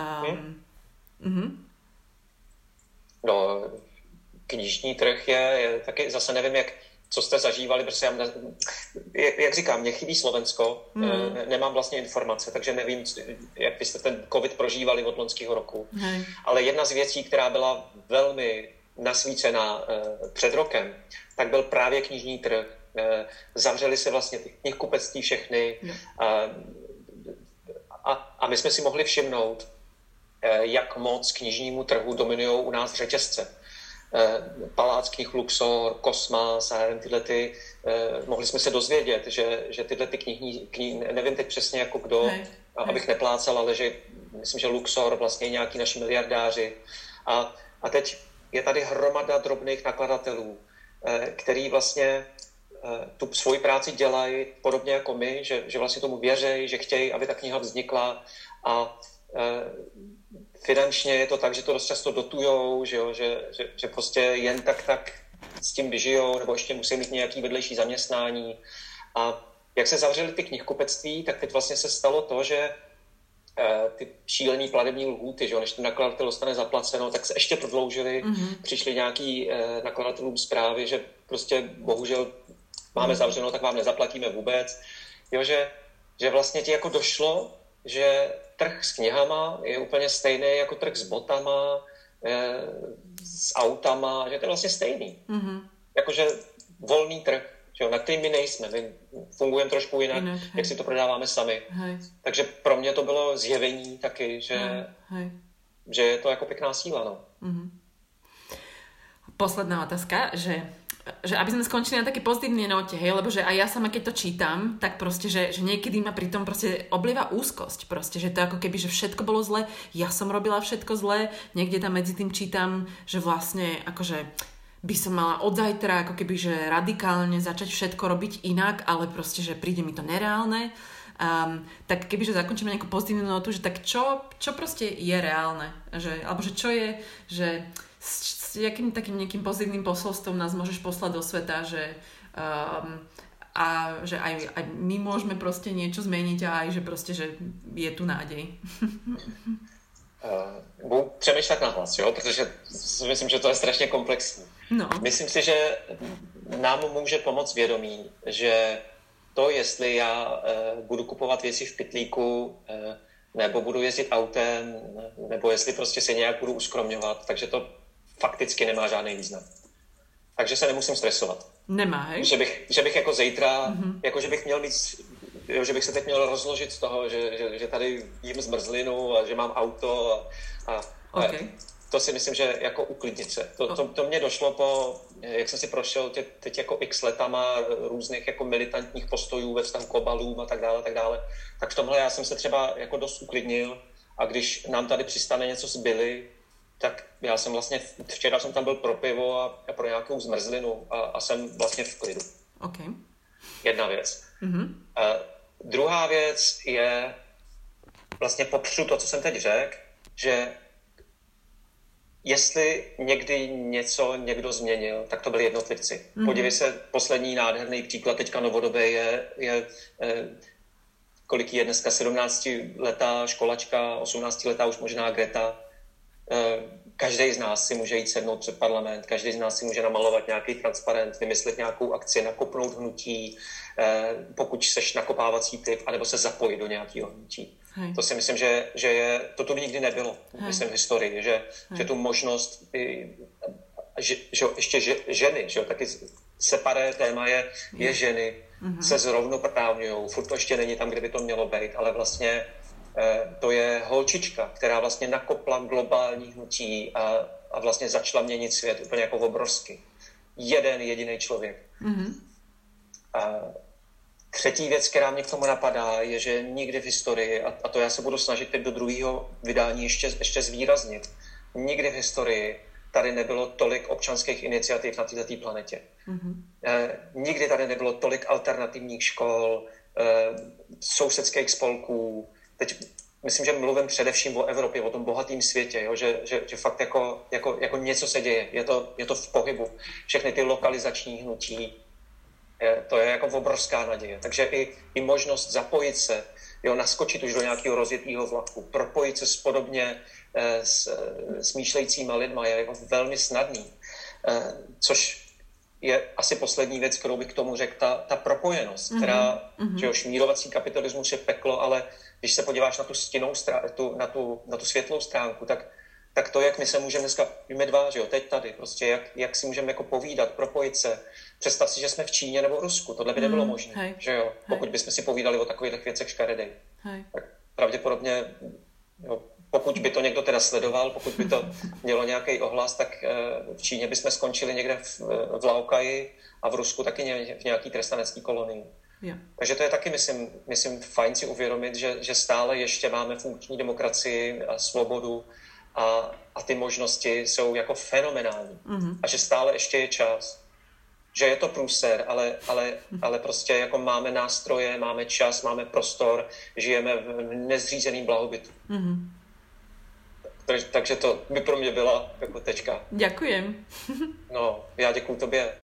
No, knižní trh je taky, zase nevím, co jste zažívali, protože jak říkám, mě chybí Slovensko, nemám vlastně informace, takže nevím, jak byste ten covid prožívali od loňského roku. Ale jedna z věcí, která byla velmi nasvícená před rokem, tak byl právě knižní trh. Zavřeli se vlastně ty knihkupectví všechny a my jsme si mohli všimnout, jak moc knižnímu trhu dominují u nás řetězce. Palác knih Luxor, Kosmas a tyhle mohli jsme se dozvědět, že tyhle knihy, nevím teď přesně jako kdo, abych neplácal, ale že myslím, že Luxor vlastně nějaký naši miliardáři. A teď je tady hromada drobných nakladatelů, který vlastně tu svoji práci dělají podobně jako my, že vlastně tomu věří, že chtějí, aby ta kniha vznikla a finančně je to tak, že to dost často dotujou, že prostě jen tak s tím vyžijou, nebo ještě musí mít nějaký vedlejší zaměstnání. A jak se zavřely ty knihkupectví, tak teď vlastně se stalo to, že ty šílený platební lhůty, že než ten nakladatel dostane zaplaceno, tak se ještě prodloužily. Přišli nějaký nakladatelům zprávy, že prostě bohužel máme zavřeno, tak vám nezaplatíme vůbec. Že vlastně ti jako došlo, že trh s knihama je úplně stejný jako trh s botama, s autama, že to je vlastně stejný. Jakože volný trh, že na kterým my nejsme, my fungujeme trošku jinak, jak si to prodáváme sami. Takže pro mě to bylo zjevení taky, že je to jako pěkná síla. No. Posledná otázka, že aby sme skončili na také pozitívnej note, hej, lebo že aj ja sama keď to čítam, tak proste, že niekedy ma pri tom proste oblieva úzkosť, proste, že to ako keby, že všetko bolo zle, ja som robila všetko zle, niekde tam medzi tým čítam, že vlastne akože by som mala od zajtra ako keby, že radikálne začať všetko robiť inak, ale proste, že príde mi to nereálne. Tak kebyže zakončíme nejakú pozitívnu notu, že tak čo proste je reálne? Alebo že čo je, že s jakým takým nejakým pozitívnym posolstvom nás môžeš poslať do sveta, že a že aj my môžeme proste niečo zmeniť a aj, že proste, že je tu nádej. Budu přemýšlet nahlas, jo? Protože myslím, že to je strašně komplexní. No. Myslím si, že nám může pomoct vědomí, že to, jestli já budu kupovat věci v pytlíku, nebo budu jezdit autem, nebo jestli prostě se nějak budu uskromňovat, takže to fakticky nemá žádný význam. Takže se nemusím stresovat. Nemá, hej? Že bych jako zítra, jako že bych měl mít, jo, že bych se teď měl rozložit z toho, že tady jím zmrzlinu a že mám auto Okay. To si myslím, že jako uklidnit se. To mě došlo po, jak jsem si prošel teď jako x letama různých jako militantních postojů ve vztahu k obalům a tak dále, tak v tomhle já jsem se třeba jako dost uklidnil a když nám tady přistane něco z Billy, tak já jsem vlastně, včera jsem tam byl pro pivo a pro nějakou zmrzlinu a jsem vlastně v klidu. Okay. Jedna věc. Druhá věc je, vlastně popřu to, co jsem teď řekl, že jestli někdy něco někdo změnil, tak to byli jednotlivci. Podívej se, poslední nádherný příklad teďka novodobé je kolik je dneska 17letá školačka, 18letá už možná Greta. Každý z nás si může jít sednout před parlament, každý z nás si může namalovat nějaký transparent, vymyslet nějakou akci, nakopnout hnutí, pokud seš nakopávací typ, anebo se zapojit do nějakého hnutí. Hej. To si myslím, že to tu nikdy nebylo, myslím v historii, že tu možnost, že ještě ženy, že taky separé téma je ženy, se zrovnoprávňujou, furt to ještě není tam, kde by to mělo být, ale vlastně to je holčička, která vlastně nakopla globální hnutí a vlastně začala měnit svět úplně jako obrovsky. Jeden jediný člověk. A třetí věc, která mě k tomu napadá, je, že nikdy v historii, a to já se budu snažit teď do druhého vydání ještě zvýraznit, nikdy v historii tady nebylo tolik občanských iniciativ na této planetě. Nikdy tady nebylo tolik alternativních škol, sousedských spolků. Teď myslím, že mluvím především o Evropě, o tom bohatém světě, jo? Že fakt jako něco se děje. Je to v pohybu. Všechny ty lokalizační hnutí, to je jako obrovská naděje. Takže i možnost zapojit se, jo, naskočit už do nějakého rozjetého vlaku, propojit se podobně s myšlejícíma lidma je jako velmi snadný. Což je asi poslední věc, kterou bych k tomu řekl, ta propojenost, která, že jo, šmírovací kapitalismus je peklo, ale když se podíváš na tu stinnou na tu světlou stránku, tak to, jak my se můžeme dneska, my dva, že jo, teď tady, prostě jak si můžeme jako povídat, propojit se. Představ si, že jsme v Číně nebo Rusku, tohle by nebylo možné, že jo, pokud bychom si povídali o takových věcech škaredej. Tak pravděpodobně, jo, pokud by to někdo teda sledoval, pokud by to mělo nějaký ohlas, tak v Číně bychom skončili někde v Laokaji a v Rusku taky v nějaký trestanecký kolonii. Yeah. Takže to je taky, myslím, fajn si uvědomit, že stále ještě máme funkční demokracii a svobodu a ty možnosti jsou jako fenomenální. A že stále ještě je čas. Že je to průser, ale prostě jako máme nástroje, máme čas, máme prostor, žijeme v nezřízeným blahobytu. Takže to by pro mě byla jako tečka. Ďakujem. No, já děkuju tobě.